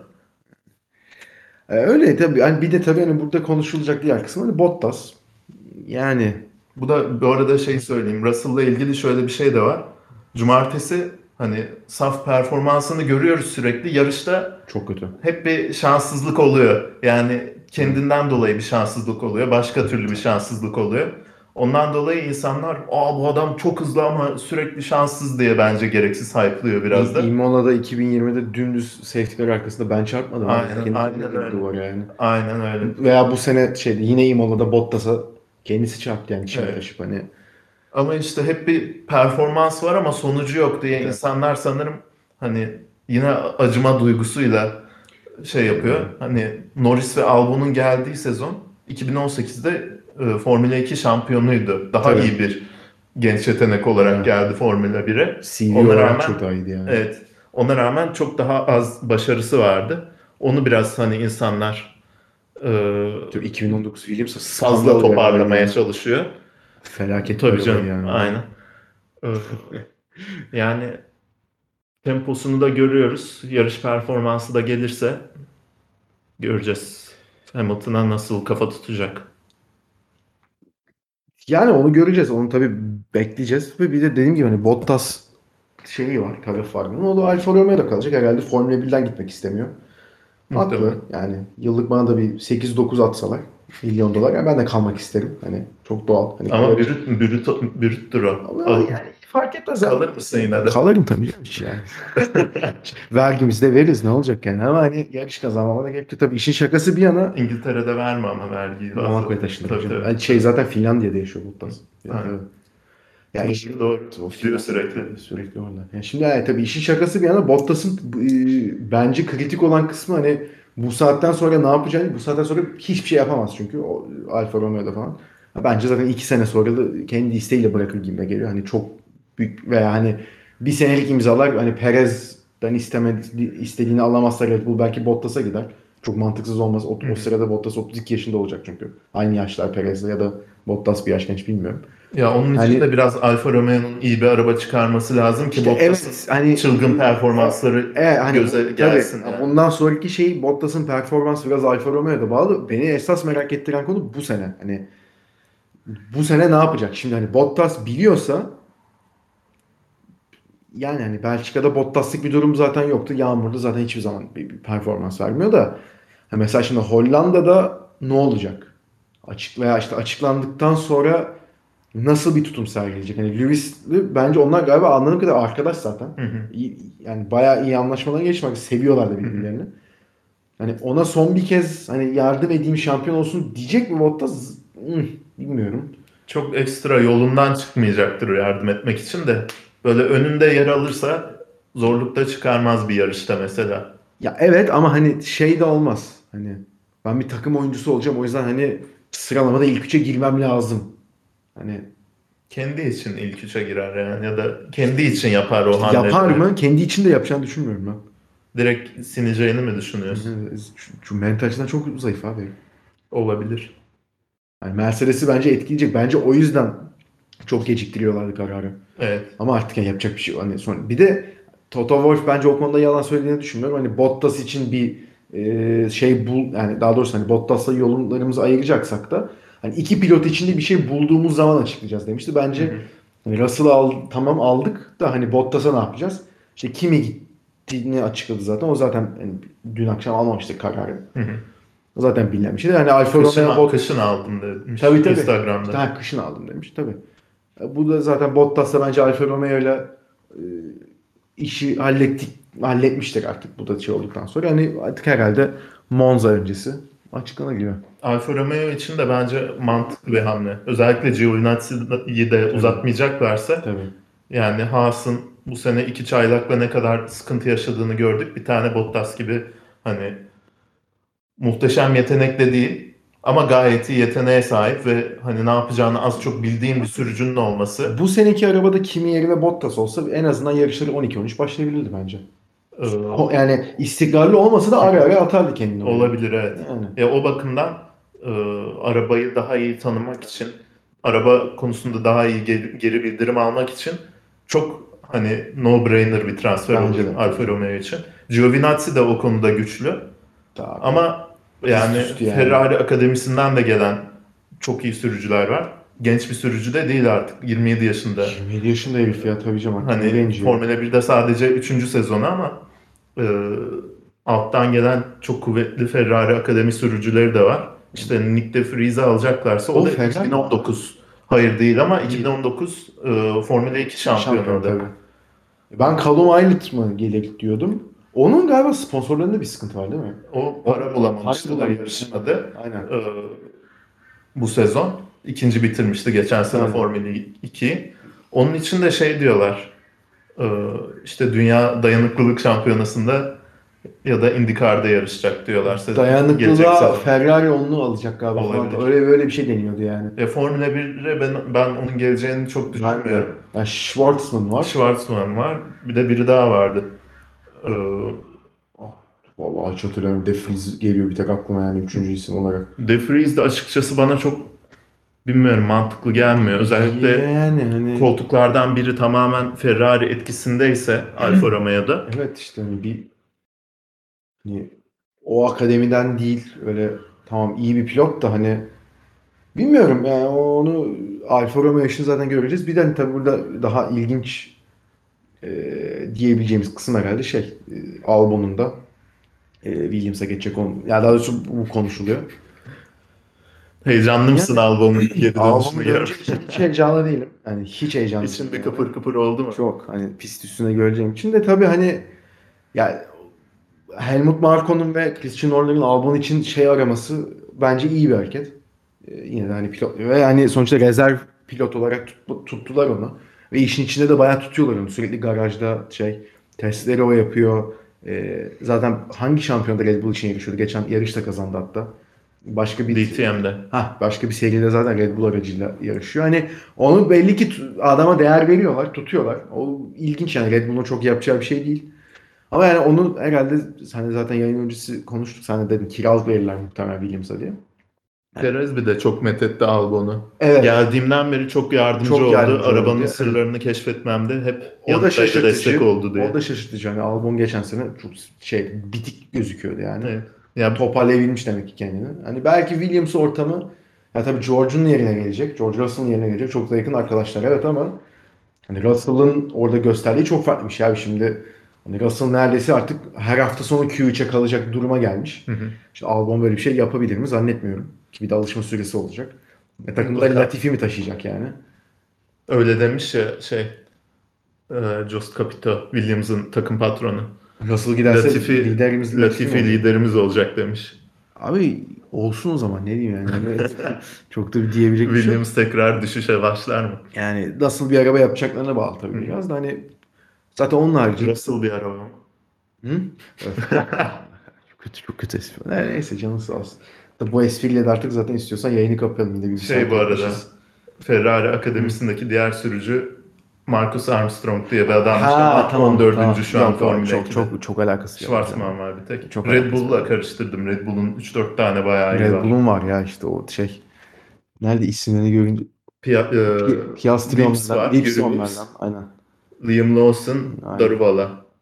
S1: Öyle tabii. Yani bir de tabii hani burada konuşulacak diğer kısım hani Bottas. Yani
S2: Bu da bu arada şey söyleyeyim. Russell'la ilgili şöyle bir şey de var. Cumartesi hani saf performansını görüyoruz sürekli. Yarışta
S1: çok kötü.
S2: hep bir şanssızlık oluyor. Yani
S1: Tabii.
S2: kendinden dolayı bir şanssızlık oluyor. Başka türlü bir şanssızlık oluyor. Ondan dolayı insanlar bu adam çok hızlı ama sürekli şanssız diye bence gereksiz hype'lıyor biraz da.
S1: Imola'da 2020'de dümdüz safety car arkasında ben çarpmadım abi.
S2: Aynen,
S1: Kendine
S2: aynen öyle.
S1: girdi var yani.
S2: Aynen öyle.
S1: Veya bu sene yine Imola'da Bottas'a kendisi çarptı yani içine
S2: Evet.
S1: taşıp hani.
S2: Ama işte hep bir performans var ama sonucu yok diye
S1: Evet.
S2: insanlar sanırım hani yine acıma duygusuyla şey yapıyor. Hani Norris ve Albon'un geldiği sezon 2018'de Formula 2 şampiyonuydu. Daha
S1: Tabii.
S2: iyi bir genç yetenek olarak
S1: Evet.
S2: geldi Formula 1'e.
S1: CV
S2: Ona
S1: olarak
S2: rağmen
S1: çok daha iyiydi yani.
S2: evet, ona rağmen çok daha az başarısı vardı. Onu biraz hani insanlar e,
S1: Tabii 2019 Williams
S2: fazla
S1: skandal bir arabaydı
S2: toparlamaya
S1: yani.
S2: çalışıyor.
S1: Felaket bir
S2: Tabii
S1: arabaydı
S2: canım,
S1: yani o.
S2: aynen. E, Yani temposunu da görüyoruz. Yarış performansı da gelirse göreceğiz. Hamilton'a nasıl kafa tutacak.
S1: Yani onu göreceğiz. Onu tabii bekleyeceğiz. Ve bir de dediğim gibi hani Bottas var. Tabii farkının. O da Alfa Romeo'da kalacak. Herhalde Formula 1'den gitmek istemiyor. Haklı.
S2: Muhtemelen.
S1: Yani yıllık bana da bir 8-9 atsalar milyon dolar. Yani ben de kalmak isterim. Hani çok doğal. Hani
S2: Ama
S1: kalabilir.
S2: brüttür o.
S1: Ama yani fark etmez abi.
S2: Kalır mısın yine de?
S1: Kalırım tabii canım hiç yani. Vergimizi de veririz, ne olacak yani. Ama hani yarış kazanmama da gerek yok. Tabii işin şakası bir yana
S2: İngiltere'de verme ama vergiyi fazla.
S1: Monaco'ya taşındı
S2: Tabii
S1: canım.
S2: tabii.
S1: Yani
S2: Tabii.
S1: zaten Finlandiya'da yaşıyor Bottas. Yani
S2: Aynen.
S1: tabii. Yani
S2: Doğru.
S1: o
S2: Gidiyor sürekli.
S1: tabii sürekli orada. Yani şimdi yani tabii işin şakası bir yana Bottas'ın bence kritik olan kısmı hani bu saatten sonra ne yapacağını, bu saatten sonra hiçbir şey yapamaz çünkü o Alfa Romeo'da falan. Bence zaten 2 sene sonra da kendi isteğiyle bırakır gibime geliyor. Hani çok büyük veya hani bir senelik imzalar hani Perez'den istediğini alamazsa Red Bull belki Bottas'a gider. Çok mantıksız olmaz. O,
S2: Hı
S1: o
S2: hı.
S1: sırada Bottas 32 yaşında olacak çünkü. Aynı yaşlar Perez'le ya da Bottas bir yaş genç, bilmiyorum.
S2: Ya onun için
S1: Hani
S2: de biraz Alfa Romeo'nun iyi bir araba çıkarması lazım ki
S1: işte
S2: Bottas'ın
S1: evet hani
S2: çılgın performansları
S1: hani
S2: göze
S1: tabii
S2: gelsin yani.
S1: bundan sonraki şey Bottas'ın performansı biraz Alfa Romeo'ya bağlı. Beni esas merak ettiren konu bu sene. Hani bu sene ne yapacak? Şimdi hani Bottas biliyorsa yani hani Belçika'da Bottas'lık bir durum zaten yoktu. Yağmur'da zaten hiçbir zaman bir performans vermiyor da. Mesela şimdi Hollanda'da ne olacak? Veya işte açıklandıktan sonra nasıl bir tutum sergileyecek? Hani Lewis'le bence onlar galiba anladığım kadar arkadaş zaten.
S2: Hı hı.
S1: Yani bayağı iyi anlaşmalar geçmek seviyorlar da
S2: Hı hı.
S1: birbirlerini. Hani ona son bir kez hani yardım edeyim şampiyon olsun diyecek mi Bottas? Bilmiyorum.
S2: Çok ekstra yolundan çıkmayacaktır yardım etmek için de. Böyle önünde yer alırsa zorlukta çıkarmaz bir yarışta mesela.
S1: Ya evet ama hani şey de olmaz. Hani ben bir takım oyuncusu olacağım, o yüzden hani sıralamada ilk üçe girmem lazım. Hani
S2: Kendi için ilk üçe girer yani ya da kendi
S1: işte,
S2: için yapar o
S1: işte yapar
S2: hamleleri.
S1: mı? Kendi için de yapacağını düşünmüyorum ben.
S2: Direkt sineceğini mi düşünüyorsun?
S1: Çünkü mental açıdan çok zayıf abi.
S2: Olabilir.
S1: Yani Mercedes'i bence etkileyecek. Bence o yüzden çok geciktiriyorlardı kararı.
S2: Evet.
S1: Ama artık yani yapacak bir şey yok. Hani son, bir de Toto Wolff bence o konuda yalan söylediğini düşünmüyorum. Hani Bottas için bir yani daha doğrusu hani Bottas'la yollarımızı ayıracaksak da hani iki pilot içinde bir şey bulduğumuz zaman açıklayacağız demişti.
S2: Hı
S1: Bence
S2: hı.
S1: hani Russell'ı tamam aldık da hani Bottas'a ne yapacağız? İşte Kimi gittiğini açıkladı zaten. O zaten hani dün akşam almamıştık kararı.
S2: Hı hı.
S1: O zaten bilinen bir şey. Hani Alfa Romeo
S2: Kışın aldım demiş
S1: tabii tabii. İşte
S2: Instagram'da.
S1: kışın aldım demiş tabii. Bu da zaten Bottas'la bence Alfa Romeo'yla işi halletmiştir artık bu da şey olduktan sonra. Yani artık herhalde Monza öncesi açıklanır gibi.
S2: Alfa Romeo için de bence mantıklı bir hamle. Özellikle Giovinazzi'yi de
S1: Tabii.
S2: uzatmayacaklarsa,
S1: Tabii.
S2: yani Haas'ın bu sene iki çaylakla ne kadar sıkıntı yaşadığını gördük. Bir tane Bottas gibi hani muhteşem yetenekle değil ama gayet iyi yeteneğe sahip ve hani ne yapacağını az çok bildiğim bir sürücünün olması
S1: Bu seneki arabada Kimi yerine Bottas olsa en azından yarışları 12-13 başlayabilirdi bence.
S2: e,
S1: Yani istikrarlı olmasa da ara ara atardı kendini oraya.
S2: olabilir, evet.
S1: Yani
S2: O bakımdan e, arabayı daha iyi tanımak için, araba konusunda daha iyi geri bildirim almak için çok hani no-brainer bir transfer olur
S1: bence de tabii
S2: Alfa
S1: canım.
S2: Romeo için. Giovinazzi de o konuda güçlü.
S1: Tabii.
S2: Ama
S1: Pist
S2: yani
S1: üstü yani.
S2: Ferrari Akademisi'nden de gelen çok iyi sürücüler var. Genç bir sürücü de değil artık. 27 yaşında.
S1: 27 yaşında herif ya tabii canım artık ne
S2: Hani
S1: genci ya.
S2: Formula 1'de sadece üçüncü sezonu ama e, alttan gelen çok kuvvetli Ferrari Akademi sürücüleri de var. İşte Nick de Vries'i alacaklarsa o
S1: O
S2: da
S1: Ferrari
S2: 2019. Hayır değil ama
S1: değil.
S2: 2019 Formula 2 şampiyonu
S1: Şampiyon
S2: o da.
S1: tabii. Ben Callum Aylet mı gelir diyordum. Onun galiba sponsorlarında bir sıkıntı var değil mi?
S2: O
S1: O
S2: para
S1: para
S2: bulamamıştı da
S1: bulamıyor.
S2: yarışmadı.
S1: Aynen.
S2: E, bu sezon. İkinci bitirmişti geçen sene
S1: Aynen.
S2: Formula 2'yi. Onun için de şey diyorlar. e, işte Dünya Dayanıklılık Şampiyonası'nda ya da IndyCar'da yarışacak diyorlar gelecek
S1: Dayanıklılığa
S2: sezon.
S1: Ferrari onu alacak galiba falan.
S2: Olabilir.
S1: Öyle böyle bir şey deniyordu yani.
S2: Formula 1'e ben onun geleceğini çok
S1: Ben de.
S2: düşünmüyorum.
S1: Yani Schwartzman var.
S2: Schwartzman var. Bir de biri daha vardı. Ee,
S1: Oh, vallahi hiç hatırlamıyorum. De Vries geliyor bir tek aklıma yani üçüncü isim olarak.
S2: De Vries de açıkçası bana çok bilmiyorum mantıklı gelmiyor. Özellikle
S1: Yani hani
S2: koltuklardan biri tamamen Ferrari etkisindeyse Alfa Romeo'da.
S1: evet işte hani o akademiden değil öyle tamam iyi bir pilot da hani bilmiyorum yani onu Alfa Romeo için zaten göreceğiz. Bir de hani tabii burada daha ilginç diyebileceğimiz kısım herhalde Albon'un da Williams'a geçecek yani daha doğrusu bu konuşuluyor.
S2: Heyecanlı mısın
S1: Yani
S2: Albon'un geri
S1: Albon'u
S2: dönüşünü
S1: görecek için hiç heyecanlı değilim. Yani hiç heyecanlı
S2: İçin
S1: değilim
S2: bir
S1: yani.
S2: kıpır kıpır oldu mu?
S1: Çok hani pist üstüne göreceğim için de tabii hani yani Helmut Marko'nun ve Christian Horner'ın Albon için araması bence iyi bir hareket. Yine de hani pilot ve yani sonuçta rezerv pilot olarak tuttular onu. Ve işin içinde de bayağı tutuyorlar onu. Sürekli garajda testleri o yapıyor. Zaten hangi şampiyonda Red Bull için yarışıyordu? Geçen yarışta kazandı hatta. Başka bir
S2: DTM'de.
S1: başka bir seride zaten Red Bull aracıyla yarışıyor. Hani onu belli ki adama değer veriyorlar, tutuyorlar. O ilginç yani Red Bull'un çok yapacağı bir şey değil. Ama yani onu herhalde hani zaten yayın öncesi konuştuk. Sen de dedin kiralık verirler muhtemelen Williams'a diye. Yani,
S2: Perez bir de çok methetti Albon'u.
S1: evet.
S2: Geldiğimden beri çok yardımcı
S1: Çok
S2: oldu.
S1: yardımcı oldu
S2: Arabanın
S1: diye. Evet.
S2: sırlarını keşfetmemde hep
S1: O da
S2: yanımdaydı, destek
S1: şaşırtıcı.
S2: oldu
S1: O
S2: diye.
S1: da şaşırtıcı. Hani Albon geçen sene çok bitik gözüküyordu yani.
S2: Evet. Ya
S1: Toparlayabilmiş demek ki kendini. Hani belki Williams ortamı ya tabii George'un yerine gelecek. George Russell'ın yerine gelecek. Çok da yakın arkadaşlar evet ama hani Russell'ın orada gösterdiği çok farklıymış ya. Şimdi hani Russell neredeyse artık her hafta sonu Q3'e kalacak duruma gelmiş.
S2: hı hı.
S1: İşte Albon böyle bir şey yapabilir mi zannetmiyorum. Ki bir de alışma süresi olacak. Takımda
S2: Mutlaka.
S1: Latifi mi taşıyacak yani?
S2: Öyle demiş ya Jost Capito, Williams'ın takım patronu.
S1: Russell giderse
S2: Latifi,
S1: liderimiz Latifi mi
S2: Latifi
S1: olacak?
S2: liderimiz olacak demiş.
S1: Abi olsun o zaman ne diyeyim yani. Hani çok da bir diyebilecek bir şey yok.
S2: Williams tekrar düşüşe başlar mı?
S1: Yani nasıl bir araba yapacaklarına bağlı
S2: Hı
S1: tabii
S2: hı.
S1: biraz da hani zaten onun harici.
S2: Russell bir araba mı?
S1: Hı? Öf. Çok kötü çok kötü espri. Neyse canın sağ olsun. Tabii bu espriyle de artık zaten istiyorsan yayını kapayalım. Yine bir saat
S2: Bu arada
S1: yapmışız.
S2: Ferrari
S1: Hı.
S2: Akademisi'ndeki diğer sürücü Marcus Armstrong diye bir adammış
S1: Ha
S2: ama
S1: tamam
S2: 14'üncü
S1: tamam.
S2: şu an
S1: Yok o
S2: Formula
S1: çok
S2: 2'de.
S1: çok çok alakası yok
S2: Schwarzman
S1: canım.
S2: var bir tek.
S1: Çok
S2: Red
S1: alakası
S2: Bull'la
S1: yok.
S2: karıştırdım. Red Bull'un 3-4 tane bayağı iyi
S1: Red
S2: var.
S1: Bull'un var ya işte o Nerede isimlerini görünce
S2: Pia,
S1: Piastri
S2: Lips
S1: onlardan.
S2: var,
S1: Lipsi
S2: Yuri Lips.
S1: onlardan. Aynen.
S2: Liam Lawson,
S1: Aynen.
S2: Daruvala.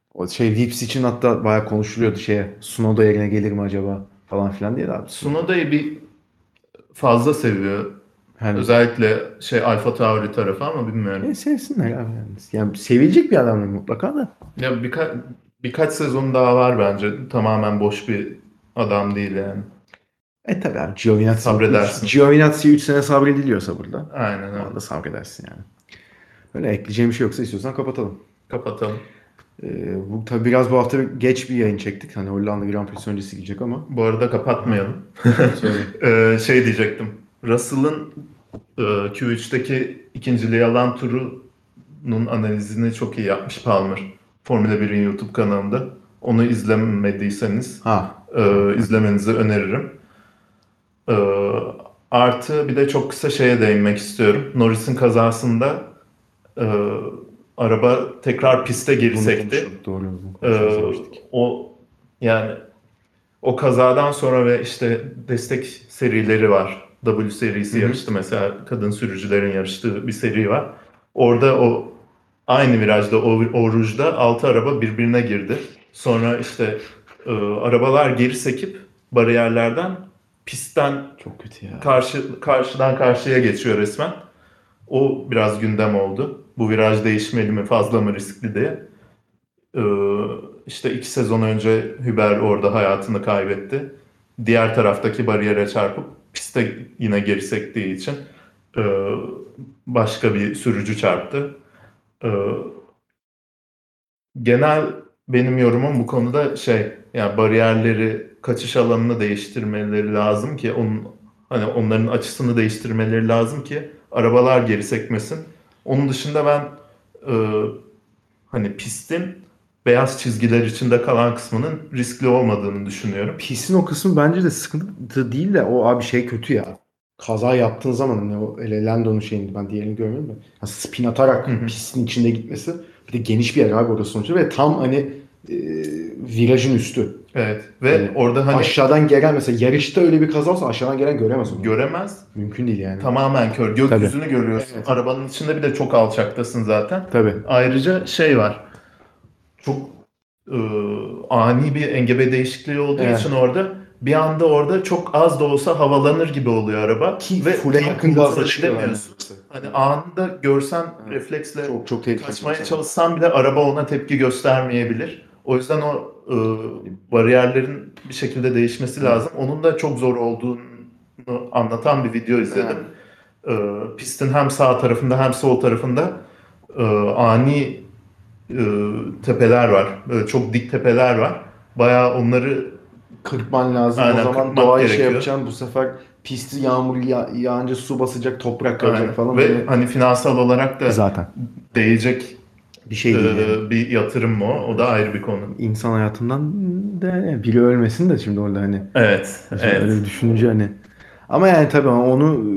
S1: O şey Vips için hatta bayağı konuşuluyordu şeye. Tsunoda yerine gelir mi acaba falan filan diye de abi.
S2: Tsunoda'yı bir fazla seviyor.
S1: Hani
S2: Özellikle şey Alfa Tauri tarafı ama bilmiyorum.
S1: sevsinler abi yani. Yani sevilecek bir adam mutlaka da.
S2: Ya birkaç sezon daha var bence. Tamamen boş bir adam değil yani.
S1: Tabii abi
S2: Sabredersin.
S1: Giovinazzi'ye 3 sene sabrediliyorsa burada.
S2: Aynen
S1: O
S2: öyle.
S1: anda sabredersin yani. Öyle ekleyeceğim bir şey yoksa istiyorsan kapatalım.
S2: Kapatalım.
S1: Bu tabii biraz bu hafta geç bir yayın çektik. Hani Hollanda Grand Prix öncesi gidecek ama.
S2: Bu arada kapatmayalım.
S1: Söyle.
S2: Şey diyecektim. Russell'ın Q3'teki ikinciliği alan turunun analizini çok iyi yapmış Palmer. Formula 1'in YouTube kanalında. Onu izlemediyseniz
S1: Ha.
S2: izlemenizi öneririm. E, Artı bir de çok kısa şeye değinmek istiyorum. Norris'in kazasında e, araba tekrar piste geri
S1: Bunu
S2: sekti.
S1: konuştuk. Doğru. Bunu
S2: E,
S1: konuşmuştuk.
S2: o yani o kazadan sonra ve işte destek serileri var. W serisi
S1: Hı hı.
S2: yarıştı mesela. Kadın sürücülerin yarıştığı bir seri var. Orada o aynı virajda o rujda 6 araba birbirine girdi. Sonra işte arabalar geri sekip bariyerlerden pistten
S1: Çok kötü ya.
S2: karşıdan karşıya geçiyor resmen. O biraz gündem oldu. Bu viraj değişmeli mi, fazla mı riskli diye. Ee, işte 2 sezon önce Hüber orada hayatını kaybetti. Diğer taraftaki bariyere çarpıp piste yine geri sektiği için e, başka bir sürücü çarptı. Ee, Genel benim yorumum bu konuda şey, yani bariyerleri, kaçış alanını değiştirmeleri lazım ki hani onların açısını değiştirmeleri lazım ki arabalar geri sekmesin. Onun dışında ben e, hani pistin beyaz çizgiler içinde kalan kısmının riskli olmadığını düşünüyorum.
S1: Pistin o kısmı bence de sıkıntı değil de o abi şey kötü ya. Kaza yaptığın zaman ne o Lando'nun şeyini ben diğerini görmüyorum da. Ha, spin atarak
S2: Hı hı.
S1: pistin içinde gitmesi. Bir de geniş bir yer abi orası sonuçta ve tam hani e, virajın üstü.
S2: Evet ve
S1: Hani
S2: orada hani
S1: aşağıdan gelen mesela yarışta öyle bir kaza olsa aşağıdan gelen göremez onu.
S2: göremez,
S1: Mümkün değil yani.
S2: tamamen kör.
S1: Tabii.
S2: Gökyüzünü görüyorsun.
S1: Evet.
S2: Arabanın içinde bir de çok alçaktasın zaten.
S1: Tabii.
S2: Ayrıca şey var. Çok e, ani bir engebe değişikliği olduğu
S1: Evet.
S2: için orada bir anda orada çok az da olsa havalanır gibi oluyor araba
S1: Ki
S2: ve
S1: full'e
S2: tam
S1: yakın gazla
S2: kontrol
S1: çıkıyor yani.
S2: edemiyorsun. Hani anında görsen refleksle
S1: Çok çok tehlikeli.
S2: kaçmaya çalışsan bile araba ona tepki göstermeyebilir. O yüzden o bariyerlerin bir şekilde değişmesi lazım. Onun da çok zor olduğunu anlatan bir video izledim. Pistin hem sağ tarafında hem sol tarafında ani tepeler var. Böyle çok dik tepeler var. Bayağı onları
S1: Kırpman lazım.
S2: aynen
S1: O zaman
S2: kırpmak
S1: doğayı şey
S2: gerekiyor.
S1: yapacaksın. Bu sefer pisti yağmur yağınca su basacak, toprak
S2: Aynen.
S1: kayacak falan.
S2: Ve
S1: Hani
S2: hani finansal olarak da
S1: zaten
S2: değecek
S1: bir şey değil yani.
S2: bir yatırım mı o? O da ayrı bir konu.
S1: İnsan hayatından da biri ölmesin de şimdi orada hani.
S2: Evet,
S1: Şimdi öyle
S2: evet.
S1: bir düşününce hani. Ama yani tabii onu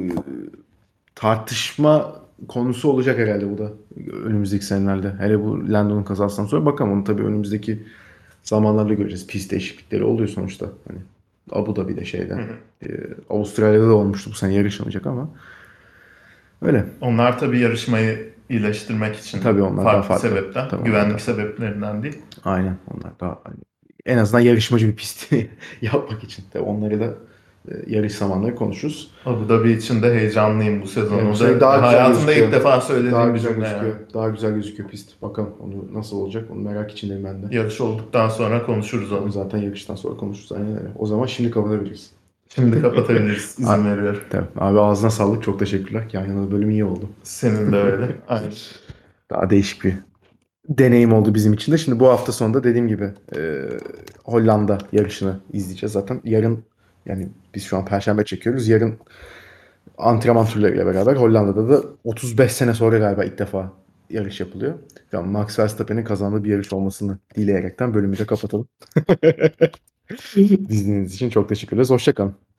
S1: tartışma konusu olacak herhalde bu da önümüzdeki senelerde. Hele bu Landon'un kazasından sonra bakalım onu tabii önümüzdeki zamanlarda göreceğiz. Pist değişiklikleri oluyor sonuçta. Hani Abu Dhabi'de şeyde.
S2: Hı hı.
S1: e, Avustralya'da da olmuştu bu sene yarışılmayacak ama öyle.
S2: Onlar tabii yarışmayı iyileştirmek için
S1: Tabii onlar daha
S2: farklı
S1: farklı.
S2: sebepten,
S1: Tabii onlar daha
S2: güvenlik
S1: farklı.
S2: sebeplerinden değil.
S1: Aynen onlar daha hani en azından yarışmacı bir pist yapmak için. Tabii onları da yarış zamanları konuşuruz.
S2: Abu Dhabi için de heyecanlıyım bu sezon.
S1: Bu
S2: O
S1: sene
S2: da
S1: daha güzel
S2: hayatımda
S1: gözüküyor.
S2: ilk defa
S1: Daha
S2: söylediğim bir
S1: güzel
S2: cümle yani.
S1: gözüküyor. Daha güzel gözüküyor pist. Bakalım onu nasıl olacak. Onu merak içindeyim ben de.
S2: Yarış olduktan sonra konuşuruz
S1: Onu
S2: onu.
S1: zaten yarıştan sonra konuşuruz. Aynen öyle. O zaman şimdi kapatabiliriz.
S2: Şimdi kapatabiliriz. İzin
S1: A-
S2: veriyorum.
S1: Tabii. Abi ağzına sağlık. Çok teşekkürler. Yan yana bölüm iyi oldu.
S2: Senin de öyle. Aynen.
S1: Daha değişik bir deneyim oldu bizim için de. Şimdi bu hafta sonunda dediğim gibi Hollanda yarışını izleyeceğiz zaten. Yarın yani biz şu an Perşembe çekiyoruz. Yarın antrenman turlarıyla beraber Hollanda'da da 35 sene sonra galiba ilk defa yarış yapılıyor. Yani Max Verstappen'in kazandığı bir yarış olmasını dileyerekten bölümü de kapatalım. Dinlediğiniz için çok teşekkür ederiz. Hoşça kalın.